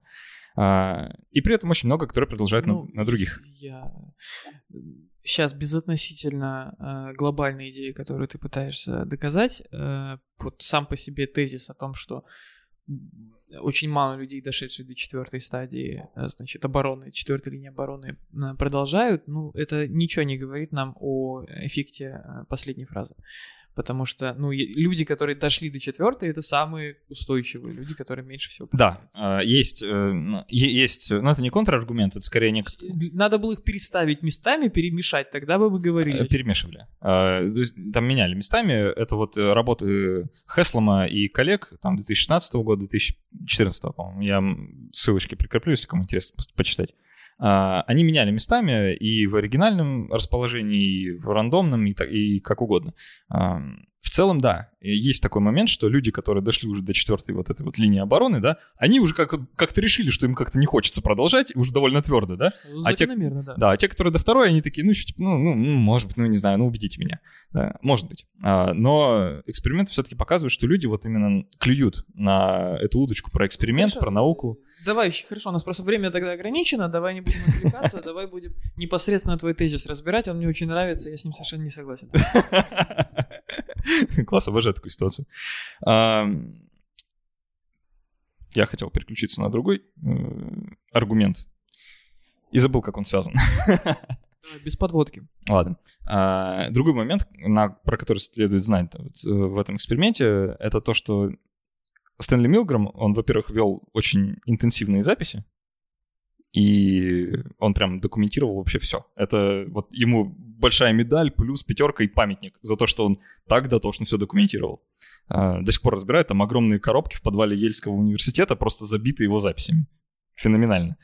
И при этом очень много, которые продолжают ну, на, на других. Я сейчас безотносительно э, глобальной идеи, которую ты пытаешься доказать, э, вот сам по себе тезис о том, что очень мало людей, дошедших до четвертой стадии, значит, обороны, четвертой линии обороны, продолжают, ну, это ничего не говорит нам о эффекте последней фразы. Потому что, ну, люди, которые дошли до четвертой, это самые устойчивые люди, которые меньше всего понимают. Да, есть, есть, ну, это не контраргумент, это скорее не... Надо было их переставить местами, перемешать, тогда бы мы говорили. Перемешивали. Там меняли местами. Это вот работы Хеслома и коллег, там, две тысячи шестнадцатого года, две тысячи четырнадцатого, по-моему. Я ссылочки прикреплю, если кому интересно почитать. Они меняли местами и в оригинальном расположении, и в рандомном, и, так, и как угодно. В целом, да, есть такой момент, что люди, которые дошли уже до четвертой вот этой вот линии обороны, да, они уже как- как-то решили, что им как-то не хочется продолжать, уже довольно твердо, да? Закономерно, а те, да. Да, а те, которые до второй, они такие, ну, еще, типа, ну, ну, может быть, ну, не знаю, ну, убедите меня. Да, может быть. Но эксперименты все-таки показывают, что люди вот именно клюют на эту удочку про эксперимент, Хорошо. Про науку. Давай, хорошо, у нас просто время тогда ограничено, давай не будем отвлекаться, давай будем непосредственно твой тезис разбирать, он мне очень нравится, я с ним совершенно не согласен. Класс, обожаю такую ситуацию. Я хотел переключиться на другой аргумент и забыл, как он связан. Без подводки. Ладно. Другой момент, про который следует знать в этом эксперименте, это то, что Стэнли Милграм, он, во-первых, вел очень интенсивные записи, и он прям документировал вообще все. Это вот ему большая медаль плюс пятерка и памятник за то, что он так дотошно все документировал. До сих пор разбирают, там огромные коробки в подвале Ельского университета, просто забиты его записями. Феноменально.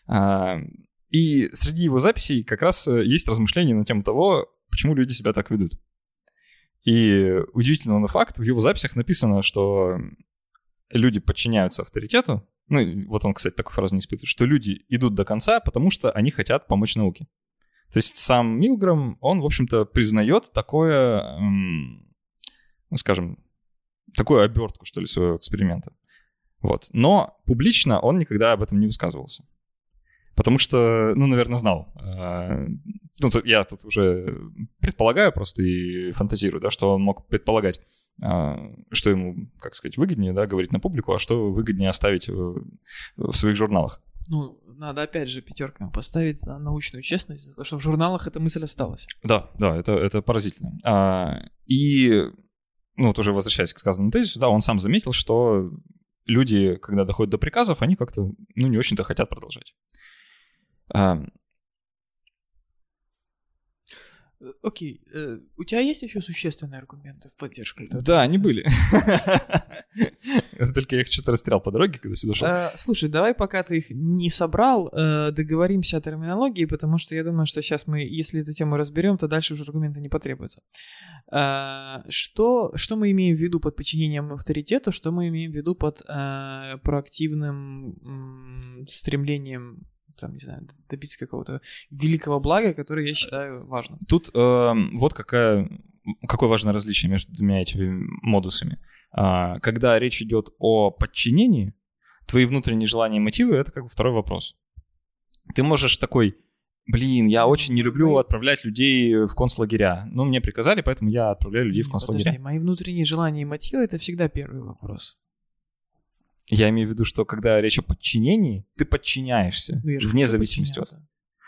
И среди его записей как раз есть размышления на тему того, почему люди себя так ведут. И удивительный факт, в его записях написано, что люди подчиняются авторитету. Ну, вот он, кстати, такой фразы не испытывает, что люди идут до конца, потому что они хотят помочь науке. То есть сам Милграм, он, в общем-то, признает такое, эм, ну, скажем, такую обертку, что ли, своего эксперимента. Вот. Но публично он никогда об этом не высказывался. Потому что, ну, наверное, знал. Э, ну, тут, я тут уже предполагаю просто и фантазирую, да, что он мог предполагать, э, что ему, как сказать, выгоднее, да, говорить на публику, а что выгоднее оставить в, в своих журналах. Ну, надо опять же пятеркам поставить за научную честность, за то, что в журналах эта мысль осталась. Да, да, это, это поразительно. А, и, ну, вот уже возвращаясь к сказанному тезису, да, он сам заметил, что люди, когда доходят до приказов, они как-то, ну, не очень-то хотят продолжать. А... Окей, э, у тебя есть еще существенные аргументы в поддержку этого? Да, они были. Только я их что-то растерял по дороге, когда сюда шел. Слушай, давай, пока ты их не собрал, договоримся о терминологии, потому что я думаю, что сейчас мы, если эту тему разберем, то дальше уже аргументы не потребуются. Что, что мы имеем в виду под подчинением авторитету, что мы имеем в виду под проактивным стремлением, там, не знаю, добиться какого-то великого блага, которое я считаю важным. Тут э, вот какая, какое важное различие между двумя этими модусами. А, когда речь идет о подчинении, твои внутренние желания и мотивы — это как бы второй вопрос. Ты можешь такой, блин, я очень не люблю отправлять людей в концлагеря. Ну, мне приказали, поэтому я отправляю людей в концлагеря. Подожди, мои внутренние желания и мотивы — это всегда первый вопрос. Я имею в виду, что когда речь о подчинении, ты подчиняешься, ну, вне зависимости от...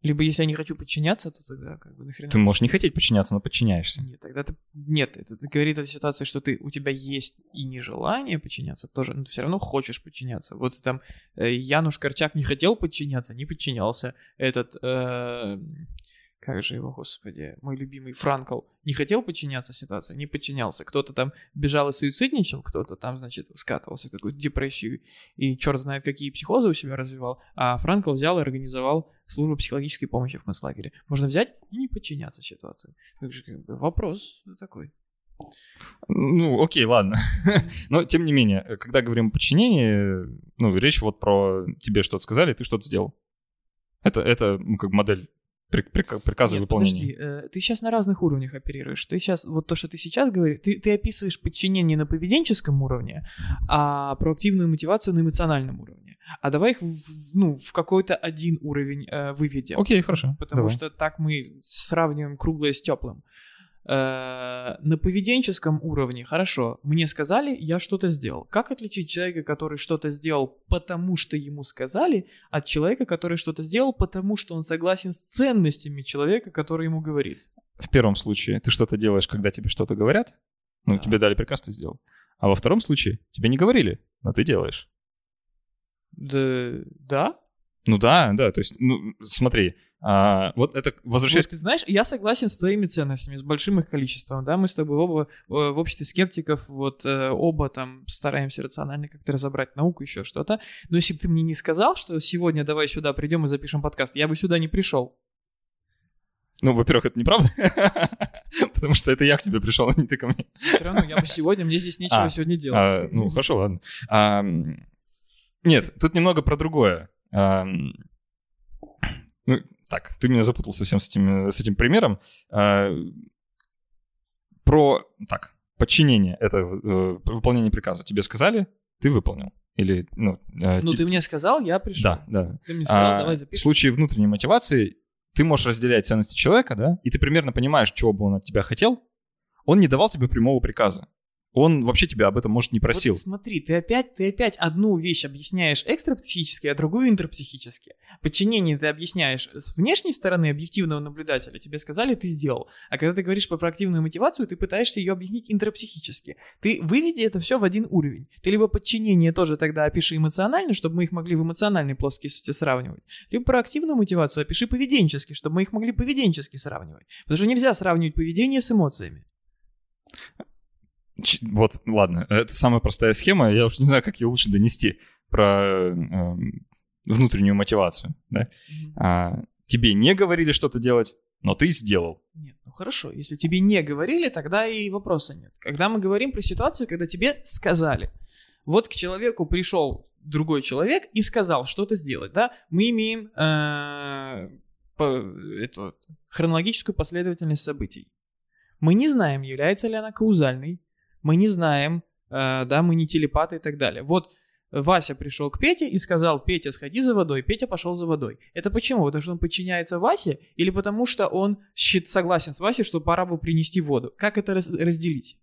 Либо если я не хочу подчиняться, то тогда как бы нахрена... Ты можешь не хотеть подчиняться, но подчиняешься. Нет, тогда ты... Нет, это, это говорит о ситуации, что ты, у тебя есть и нежелание подчиняться тоже, но ты все равно хочешь подчиняться. Вот там э, Януш Корчак не хотел подчиняться, не подчинялся. Этот... Э, как же его, господи, мой любимый Франкл не хотел подчиняться ситуации, не подчинялся. Кто-то там бежал и суицидничал, кто-то там, значит, скатывался в какую-то депрессию и черт знает какие психозы у себя развивал, а Франкл взял и организовал службу психологической помощи в концлагере. Можно взять и не подчиняться ситуации. Так же, как бы, вопрос такой. Ну, окей, ладно. Но, тем не менее, когда говорим о подчинении, ну, речь вот про тебе что-то сказали, ты что-то сделал. Это, это ну, как модель приказа выполнения. Подожди, ты сейчас на разных уровнях оперируешь. Ты сейчас, вот то, что ты сейчас говоришь, ты, ты описываешь подчинение на поведенческом уровне, а проактивную мотивацию на эмоциональном уровне. А давай их в, ну, в какой-то один уровень э, выведем. Окей, хорошо. Потому давай. что так мы сравниваем круглое с теплым. Э, на поведенческом уровне, хорошо, мне сказали, я что-то сделал. Как отличить человека, который что-то сделал, потому что ему сказали, от человека, который что-то сделал, потому что он согласен с ценностями человека, который ему говорит? В первом случае ты что-то делаешь, когда тебе что-то говорят, ну, да. тебе дали приказ, ты сделал. А во втором случае тебе не говорили, но ты делаешь. Да, да? Ну да, да, то есть, ну, смотри, а, вот это, возвращаясь... Вот, ты знаешь, я согласен с твоими ценностями, с большим их количеством, да, мы с тобой оба в обществе скептиков, вот оба там стараемся рационально как-то разобрать науку, еще что-то, но если бы ты мне не сказал, что сегодня давай сюда придем и запишем подкаст, я бы сюда не пришел. Ну, во-первых, это неправда, потому что это я к тебе пришел, а не ты ко мне. Все равно я бы сегодня, мне здесь нечего сегодня делать. Ну, хорошо, ладно. Нет, тут немного про другое. Ну, так, ты меня запутал совсем с этим, с этим примером. Про, так, подчинение, это э, выполнение приказа. Тебе сказали, ты выполнил. Или, ну, э, ну ти... ты мне сказал, я пришел. Да, да. Ты мне сказал, а, давай запишем. В случае внутренней мотивации ты можешь разделять ценности человека, да, и ты примерно понимаешь, чего бы он от тебя хотел. Он не давал тебе прямого приказа. Он вообще тебя об этом, может, не просил. Вот смотри, ты опять, ты опять одну вещь объясняешь экстрапсихически, а другую интрапсихически. Подчинение ты объясняешь с внешней стороны объективного наблюдателя. Тебе сказали, ты сделал. А когда ты говоришь про проактивную мотивацию, ты пытаешься ее объяснить интрапсихически. Ты выведи это все в один уровень. Ты либо подчинение тоже тогда опиши эмоционально, чтобы мы их могли в эмоциональной плоскости сравнивать, либо проактивную мотивацию опиши поведенчески, чтобы мы их могли поведенчески сравнивать. Потому что нельзя сравнивать поведение с эмоциями. Вот, ладно, это самая простая схема, я уж не знаю, как ее лучше донести про э, внутреннюю мотивацию, да? Mm-hmm. А, тебе не говорили что-то делать, но ты сделал. Нет, ну хорошо, если тебе не говорили, тогда и вопроса нет. Когда мы говорим про ситуацию, когда тебе сказали, вот к человеку пришел другой человек и сказал что-то сделать, да, мы имеем э, по, эту хронологическую последовательность событий. Мы не знаем, является ли она каузальной. Мы не знаем, э, да, мы не телепаты и так далее. Вот Вася пришел к Пете и сказал: Петя, сходи за водой. Петя пошел за водой. Это почему? Потому что он подчиняется Васе или потому что он согласен с Васей, что пора бы принести воду? Как это раз- разделить?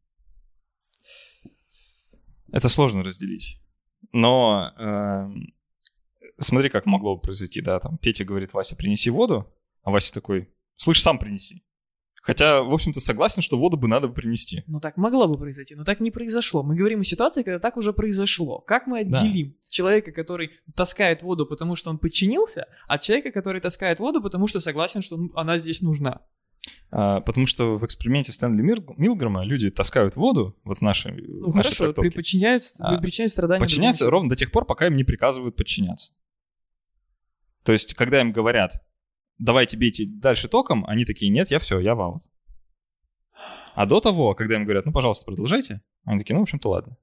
Это сложно разделить. Но э, смотри, как могло бы произойти, да, там Петя говорит: Вася, принеси воду, а Вася такой: слышь, сам принеси. Хотя, в общем-то, согласен, что воду бы надо бы принести. Ну, так могло бы произойти, но так не произошло. Мы говорим о ситуации, когда так уже произошло. Как мы отделим да. человека, который таскает воду, потому что он подчинился, от человека, который таскает воду, потому что согласен, что она здесь нужна? А, потому что в эксперименте Стэнли Милгрэма люди таскают воду, вот в нашей Ну, в нашей хорошо, трактовке, причиняют, а, причиняют страдания. Подчиняются ровно до тех пор, пока им не приказывают подчиняться. То есть, когда им говорят: давайте бейте дальше током, они такие: нет, я все, я в аут. А до того, когда им говорят: ну, пожалуйста, продолжайте, они такие: ну, в общем-то, ладно.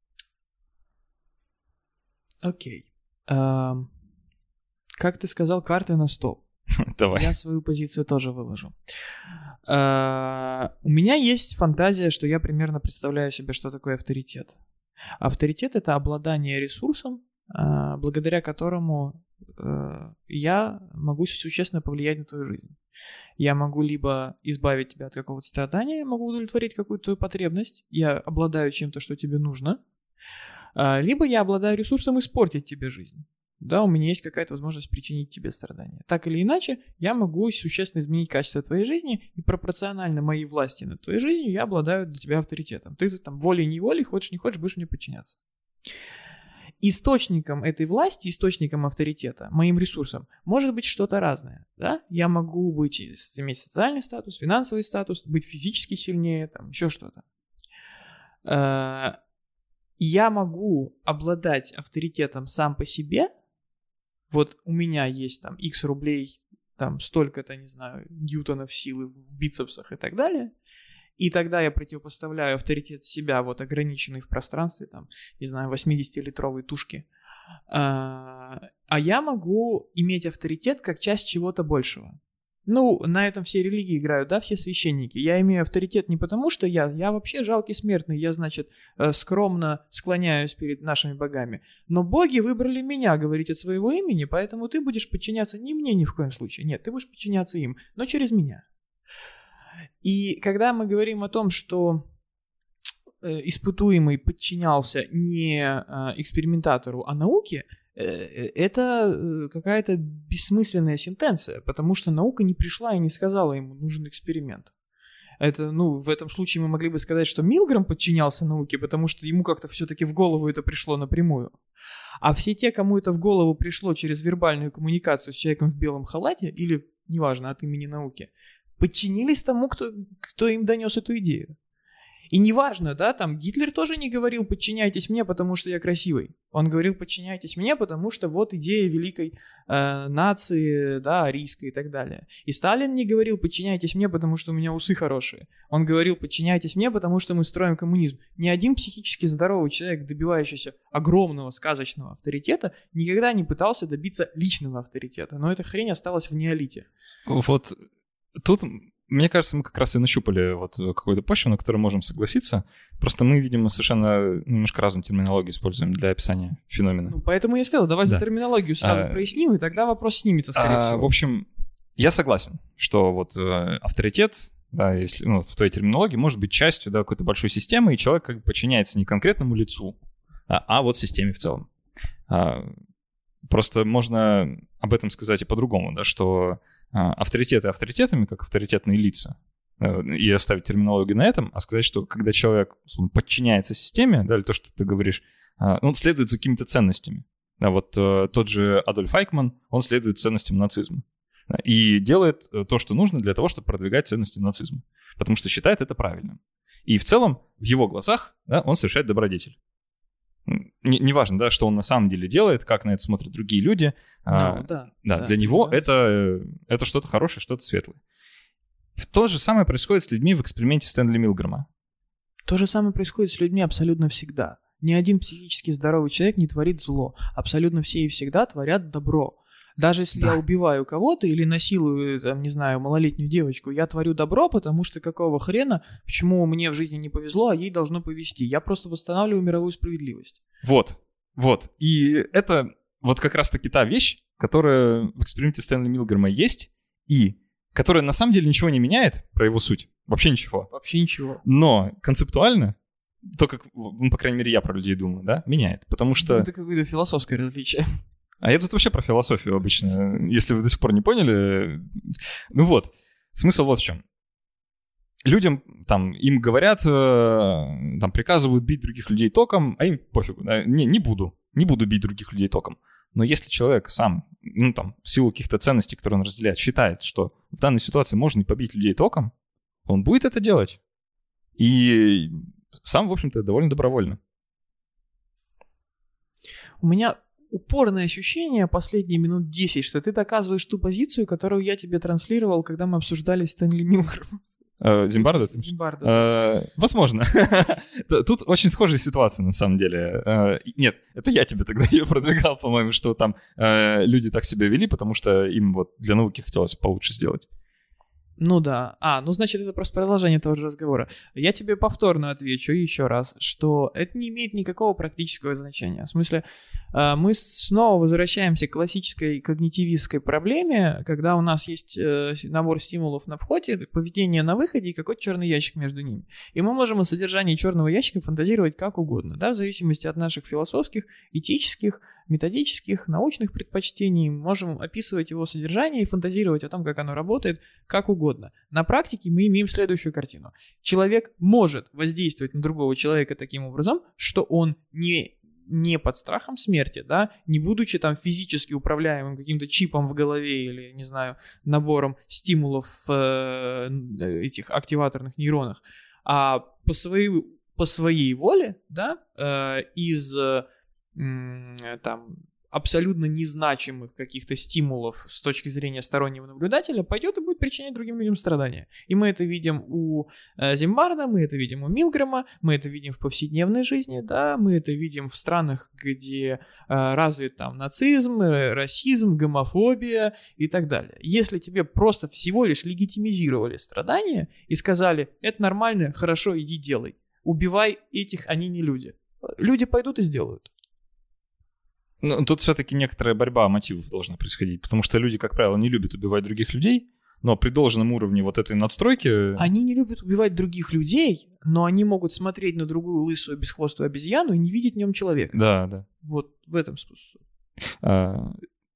Окей. А, как ты сказал, карты на стол. Давай. Я свою позицию тоже выложу. А, у меня есть фантазия, что я примерно представляю себе, что такое авторитет. Авторитет — это обладание ресурсом, а, благодаря которому я могу существенно повлиять на твою жизнь. Я могу либо избавить тебя от какого-то страдания, я могу удовлетворить какую-то твою потребность, я обладаю чем-то, что тебе нужно, либо я обладаю ресурсом испортить тебе жизнь. да, у меня есть какая-то возможность причинить тебе страдания. Так или иначе, я могу существенно изменить качество твоей жизни, и пропорционально моей власти над твоей жизнью я обладаю для тебя авторитетом. Ты там волей-неволей, хочешь не хочешь, будешь мне подчиняться. Источником этой власти, источником авторитета, моим ресурсом, может быть что-то разное. Да? Я могу быть, иметь социальный статус, финансовый статус, быть физически сильнее, там, еще что-то. Я могу обладать авторитетом сам по себе. Вот у меня есть там X рублей, там столько-то, не знаю, ньютонов силы в бицепсах и так далее. И тогда я противопоставляю авторитет себя, вот ограниченный в пространстве, там, не знаю, восьмидесятилитровой тушки. А я могу иметь авторитет как часть чего-то большего. Ну, на этом все религии играют, да, все священники. Я имею авторитет не потому, что я, я вообще жалкий смертный, я, значит, скромно склоняюсь перед нашими богами. Но боги выбрали меня говорить от своего имени, поэтому ты будешь подчиняться не мне ни в коем случае. Нет, ты будешь подчиняться им, но через меня. И когда мы говорим о том, что испытуемый подчинялся не экспериментатору, а науке, это какая-то бессмысленная сентенция, потому что наука не пришла и не сказала ему, нужен эксперимент. Это, ну, в этом случае мы могли бы сказать, что Милграм подчинялся науке, потому что ему как-то все-таки в голову это пришло напрямую. А все те, кому это в голову пришло через вербальную коммуникацию с человеком в белом халате, или, неважно, от имени науки, подчинились тому, кто, кто им донес эту идею. И неважно, да, там Гитлер тоже не говорил «подчиняйтесь мне, потому что я красивый». Он говорил «подчиняйтесь мне, потому что вот идея великой э, нации, да, арийской и так далее». И Сталин не говорил «подчиняйтесь мне, потому что у меня усы хорошие». Он говорил «подчиняйтесь мне, потому что мы строим коммунизм». Ни один психически здоровый человек, добивающийся огромного сказочного авторитета, никогда не пытался добиться личного авторитета. Но эта хрень осталась в неолите. Вот тут... Мне кажется, мы как раз и нащупали вот какую-то почву, на которой можем согласиться. Просто мы, видимо, совершенно немножко разную терминологию используем для описания феномена. Ну, поэтому я сказал, давай да. за терминологию сразу а, проясним, и тогда вопрос снимется, скорее а, всего. В общем, я согласен, что вот э, авторитет, да, если ну, в твоей терминологии, может быть частью да, какой-то большой системы, и человек как бы подчиняется не конкретному лицу, а, а вот системе в целом. А, просто можно об этом сказать и по-другому, да, что... авторитеты авторитетами, как авторитетные лица, и оставить терминологию на этом, а сказать, что когда человек подчиняется системе, да, или то, что ты говоришь, он следует за какими-то ценностями. Да, вот тот же Адольф Айкман, он следует ценностям нацизма. И делает то, что нужно для того, чтобы продвигать ценности нацизма. Потому что считает это правильным. И в целом, в его глазах, да, он совершает добродетель. Неважно, да, что он на самом деле делает, как на это смотрят другие люди. No, а, да, да, да, для него да. это, это что-то хорошее, что-то светлое. То же самое происходит с людьми в эксперименте Стэнли Милграма. То же самое происходит с людьми абсолютно всегда. Ни один психически здоровый человек не творит зло. Абсолютно все и всегда творят добро. Даже если да. я убиваю кого-то или насилую, там, не знаю, малолетнюю девочку, я творю добро, потому что какого хрена, почему мне в жизни не повезло, а ей должно повезти. Я просто восстанавливаю мировую справедливость. Вот, вот. И это вот как раз-таки та вещь, которая в эксперименте Стэнли Милграма есть, и которая на самом деле ничего не меняет про его суть. Вообще ничего. Вообще ничего. Но концептуально, то, как, ну, по крайней мере, я про людей думаю, да, меняет. Потому что... Это какое-то философское различие. А я тут вообще про философию обычно, если вы до сих пор не поняли. Ну вот, смысл вот в чем. Людям, там, им говорят, там, приказывают бить других людей током, а им пофигу, да? не, не буду, не буду бить других людей током. Но если человек сам, ну, там, в силу каких-то ценностей, которые он разделяет, считает, что в данной ситуации можно и побить людей током, он будет это делать. И сам, в общем-то, довольно добровольно. У меня... упорное ощущение последние минут десять, что ты доказываешь ту позицию, которую я тебе транслировал, когда мы обсуждали Стэнли Милграма. Зимбардо? Зимбардо. Возможно. Тут очень схожая ситуация, на самом деле. Нет, это я тебе тогда ее продвигал, по-моему, что там люди так себя вели, потому что им вот для науки хотелось получше сделать. Ну да. А, ну значит, это просто продолжение того же разговора. Я тебе повторно отвечу еще раз, что это не имеет никакого практического значения. В смысле, мы снова возвращаемся к классической когнитивистской проблеме, когда у нас есть набор стимулов на входе, поведение на выходе и какой-то черный ящик между ними. И мы можем о содержании черного ящика фантазировать как угодно, да, в зависимости от наших философских, этических, методических, научных предпочтений, можем описывать его содержание и фантазировать о том, как оно работает, как угодно. На практике мы имеем следующую картину. Человек может воздействовать на другого человека таким образом, что он не... не под страхом смерти, да, не будучи там физически управляемым каким-то чипом в голове или, не знаю, набором стимулов э, этих активаторных нейронах, а по своей, по своей воле, да, э, из э, там абсолютно незначимых каких-то стимулов с точки зрения стороннего наблюдателя пойдет и будет причинять другим людям страдания. И мы это видим у э, Зимбарда, мы это видим у Милгрэма, мы это видим в повседневной жизни, да, мы это видим в странах, где э, развит там нацизм, э, расизм, гомофобия и так далее. Если тебе просто всего лишь легитимизировали страдания и сказали, это нормально, хорошо, иди делай, убивай этих, они не люди. Люди пойдут и сделают. Ну, тут все-таки некоторая борьба мотивов должна происходить, потому что люди, как правило, не любят убивать других людей, но при должном уровне вот этой надстройки... Они не любят убивать других людей, но они могут смотреть на другую лысую бесхвостую обезьяну и не видеть в нем человека. Да, да. Вот в этом смысле. А...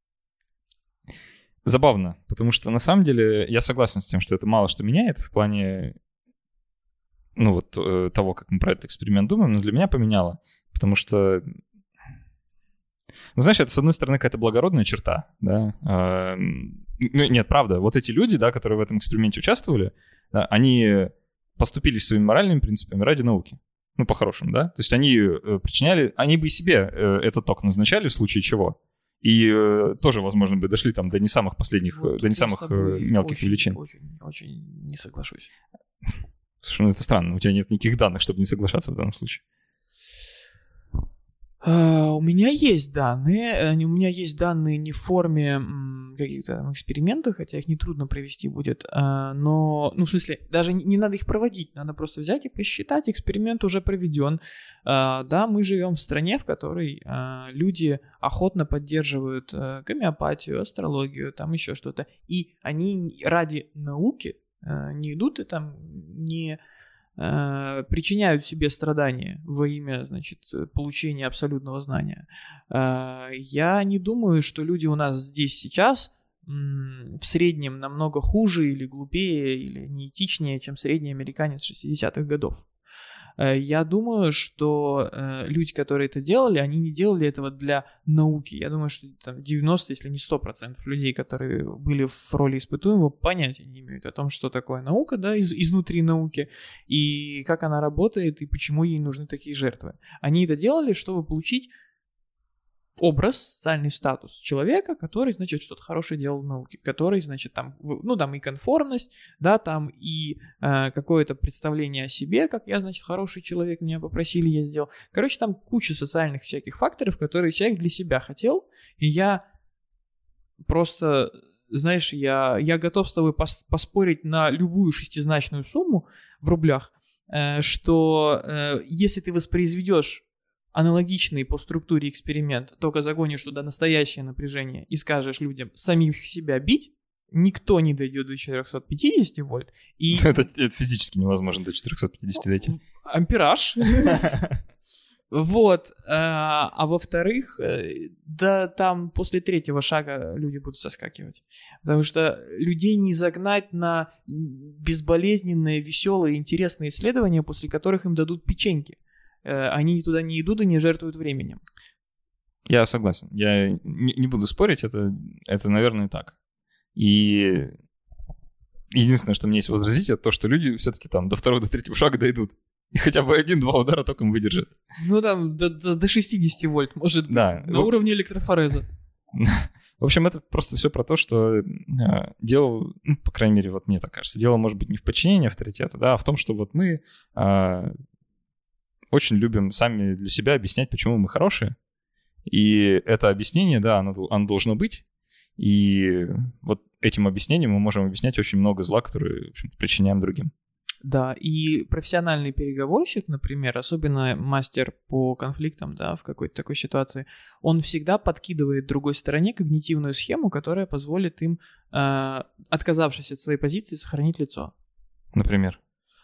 Забавно, потому что на самом деле я согласен с тем, что это мало что меняет в плане, ну вот, того, как мы про этот эксперимент думаем, но для меня поменяло, потому что... Ну, знаешь, это, с одной стороны, какая-то благородная черта, да. А, ну, нет, правда, вот эти люди, да, которые в этом эксперименте участвовали, да, они поступили своими моральными принципами ради науки. Ну, по-хорошему, да. То есть они причиняли, они бы и себе этот ток назначали в случае чего. И тоже, возможно, бы дошли там до не самых последних, вот, до не самых мелких очень, величин. Очень, очень не соглашусь. Слушай, ну это странно, у тебя нет никаких данных, чтобы не соглашаться в данном случае. Uh, у меня есть данные, у меня есть данные не в форме м, каких-то там экспериментов, хотя их нетрудно провести будет, uh, но, ну, в смысле, даже не, не надо их проводить, надо просто взять и посчитать, эксперимент уже проведен. Uh, да, мы живем в стране, в которой uh, люди охотно поддерживают uh, гомеопатию, астрологию, там еще что-то, и они ради науки uh, не идут и там не... причиняют себе страдания во имя, значит, получения абсолютного знания. Я не думаю, что люди у нас здесь сейчас в среднем намного хуже или глупее или неэтичнее, чем средний американец шестидесятых годов. Я думаю, что э, люди, которые это делали, они не делали этого для науки. Я думаю, что там девяносто, если не сто процентов людей, которые были в роли испытуемого, понятия не имеют о том, что такое наука, да, из, изнутри науки, и как она работает, и почему ей нужны такие жертвы. Они это делали, чтобы получить образ, социальный статус человека, который, значит, что-то хорошее делал в науке, который, значит, там, ну, там и конформность, да, там и э, какое-то представление о себе, как я, значит, хороший человек, меня попросили, я сделал. Короче, там куча социальных всяких факторов, которые человек для себя хотел, и я просто, знаешь, я, я готов с тобой пос- поспорить на любую шестизначную сумму в рублях, э, что э, если ты воспроизведешь аналогичный по структуре эксперимент, только загонишь туда настоящее напряжение и скажешь людям самих себя бить, никто не дойдет до четыреста пятьдесят вольт. И... Это, это физически невозможно до четыреста пятьдесят дойти. Ампераж. Вот. А во-вторых, да там после третьего шага люди будут соскакивать. Потому что людей не загнать на безболезненные, веселые, интересные исследования, после которых им дадут печеньки. Они туда не идут и не жертвуют временем. Я согласен. Я не, не буду спорить, это, это, наверное, так. И единственное, что мне есть возразить, это то, что люди все-таки там до второго, до третьего шага дойдут. И хотя бы один-два удара током выдержат. Ну там до, до, до шестьдесят вольт, может быть, да. на в... уровне электрофореза. В общем, это просто все про то, что э, дело, ну, по крайней мере, вот мне так кажется, дело может быть не в подчинении авторитету, да, а в том, что вот мы... Э, очень любим сами для себя объяснять, почему мы хорошие. И это объяснение, да, оно, оно должно быть. И вот этим объяснением мы можем объяснять очень много зла, которое, в общем-то, причиняем другим. Да, и профессиональный переговорщик, например, особенно мастер по конфликтам, да, в какой-то такой ситуации, он всегда подкидывает другой стороне когнитивную схему, которая позволит им, э, отказавшись от своей позиции, сохранить лицо. Например?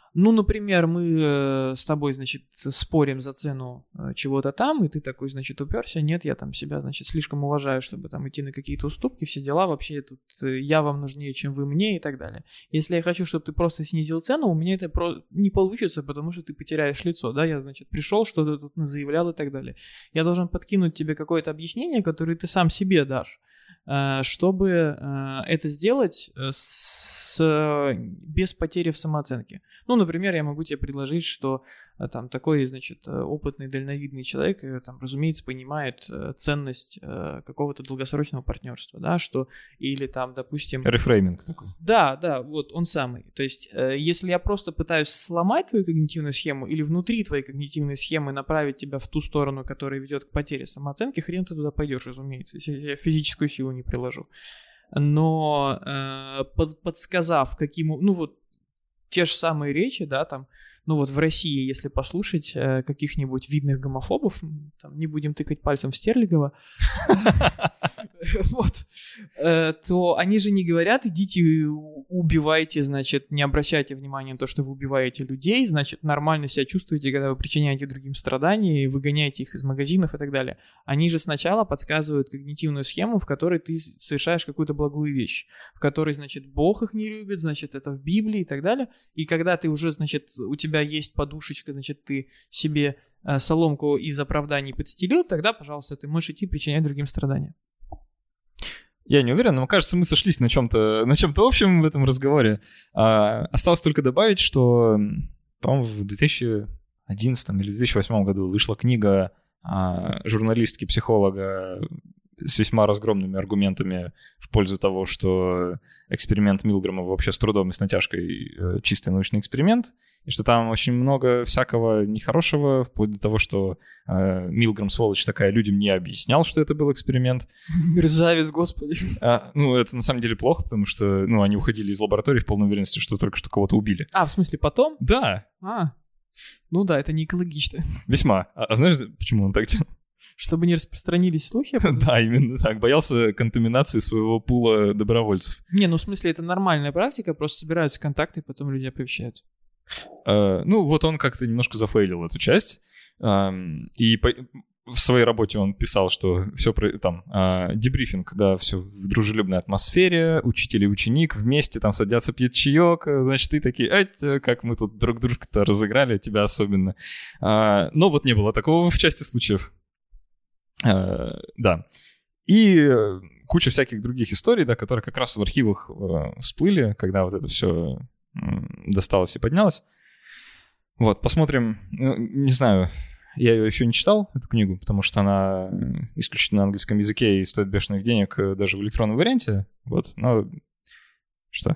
Ну, например, мы с тобой, значит, спорим за цену чего-то там, и ты такой, значит, уперся, нет, я там себя, значит, слишком уважаю, чтобы там идти на какие-то уступки, все дела, вообще тут я вам нужнее, чем вы мне и так далее. Если я хочу, чтобы ты просто снизил цену, у меня это про... не получится, потому что ты потеряешь лицо, да, я, значит, пришел, что-то тут заявлял и так далее. Я должен подкинуть тебе какое-то объяснение, которое ты сам себе дашь, чтобы это сделать с... без потери в самооценке. Ну, например, я могу тебе предложить, что там такой, значит, опытный, дальновидный человек, там, разумеется, понимает ценность какого-то долгосрочного партнерства, да, что, или там, допустим... Рефрейминг такой. Да, да, вот он самый. То есть, если я просто пытаюсь сломать твою когнитивную схему или внутри твоей когнитивной схемы направить тебя в ту сторону, которая ведет к потере самооценки, хрен ты туда пойдешь, разумеется, если я физическую силу не приложу. Но э, под, подсказав, каким... Ну, вот те же самые речи, да, там, ну вот в России, если послушать э, каких-нибудь видных гомофобов, там, не будем тыкать пальцем в Стерлигова, вот, то они же не говорят, идите убивайте, значит, не обращайте внимания на то, что вы убиваете людей, значит, нормально себя чувствуете, когда вы причиняете другим страдания, выгоняете их из магазинов и так далее. Они же сначала подсказывают когнитивную схему, в которой ты совершаешь какую-то благую вещь, в которой, значит, Бог их не любит, значит, это в Библии и так далее. И когда ты уже, значит, у тебя есть подушечка, значит, ты себе э, соломку из оправданий подстелил, тогда, пожалуйста, ты можешь идти причинять другим страдания. Я не уверен, но кажется, мы сошлись на чем-то, на чем-то общем в этом разговоре. А, осталось только добавить, что, по-моему, в две тысячи одиннадцатом или две тысячи восьмом году вышла книга а, журналистки-психолога с весьма разгромными аргументами в пользу того, что эксперимент Милгрэма вообще с трудом и с натяжкой э, чистый научный эксперимент, и что там очень много всякого нехорошего, вплоть до того, что э, Милгрэм, сволочь такая, людям не объяснял, что это был эксперимент. Мерзавец, господи. А, ну, это на самом деле плохо, потому что, ну, они уходили из лаборатории в полной уверенности, что только что кого-то убили. А, в смысле, потом? Да. А, ну да, это не экологично. Весьма. А, а знаешь, почему он так делал? Чтобы не распространились слухи? Да, именно так. Боялся контаминации своего пула добровольцев. Не, ну в смысле это нормальная практика, просто собираются контакты, и потом люди оповещают. Uh, ну вот он как-то немножко зафейлил эту часть. Uh, и по... в своей работе он писал, что все там uh, дебрифинг, да, все в дружелюбной атмосфере, учитель и ученик вместе там садятся пьют чаек, значит, ты такие, ать, как мы тут друг дружку-то разыграли, тебя особенно. Uh, но вот не было такого в части случаев. Uh, да. И куча всяких других историй, да, которые как раз в архивах uh, всплыли, когда вот это все uh, досталось и поднялось. Вот, посмотрим. Ну, не знаю, я ее еще не читал, эту книгу, потому что она исключительно на английском языке и стоит бешеных денег даже в электронном варианте. Вот, но что?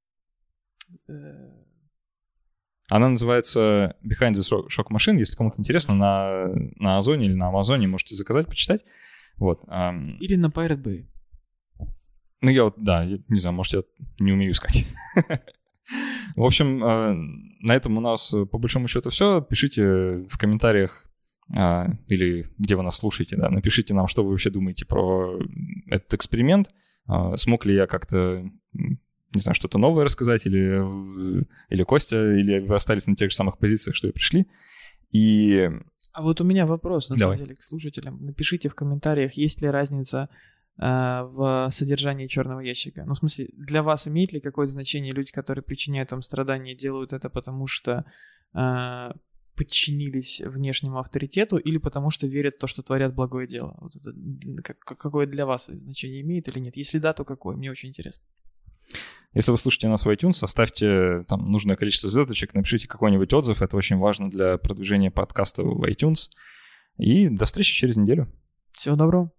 Она называется Behind the Shock Machine. Если кому-то интересно, на, на Озоне или на Амазоне можете заказать, почитать. Вот. Или на Pirate Bay. Ну, я вот, да, я, не знаю, может, я не умею искать. В общем, на этом у нас по большому счету все. Пишите в комментариях или где вы нас слушаете, да, напишите нам, что вы вообще думаете про этот эксперимент. Смог ли я как-то... не знаю, что-то новое рассказать, или, или Костя, или вы остались на тех же самых позициях, что и пришли. И... А вот у меня вопрос, на Давай. самом деле, к слушателям. Напишите в комментариях, есть ли разница э, в содержании черного ящика. Ну, в смысле, для вас имеет ли какое-то значение люди, которые причиняют вам страдания, делают это потому, что э, подчинились внешнему авторитету, или потому что верят в то, что творят благое дело? Вот это, как, какое для вас значение имеет или нет? Если да, то какое? Мне очень интересно. Если вы слушаете нас в iTunes, оставьте там нужное количество звездочек, напишите какой-нибудь отзыв, это очень важно для продвижения подкаста в iTunes. И до встречи через неделю. Всего доброго.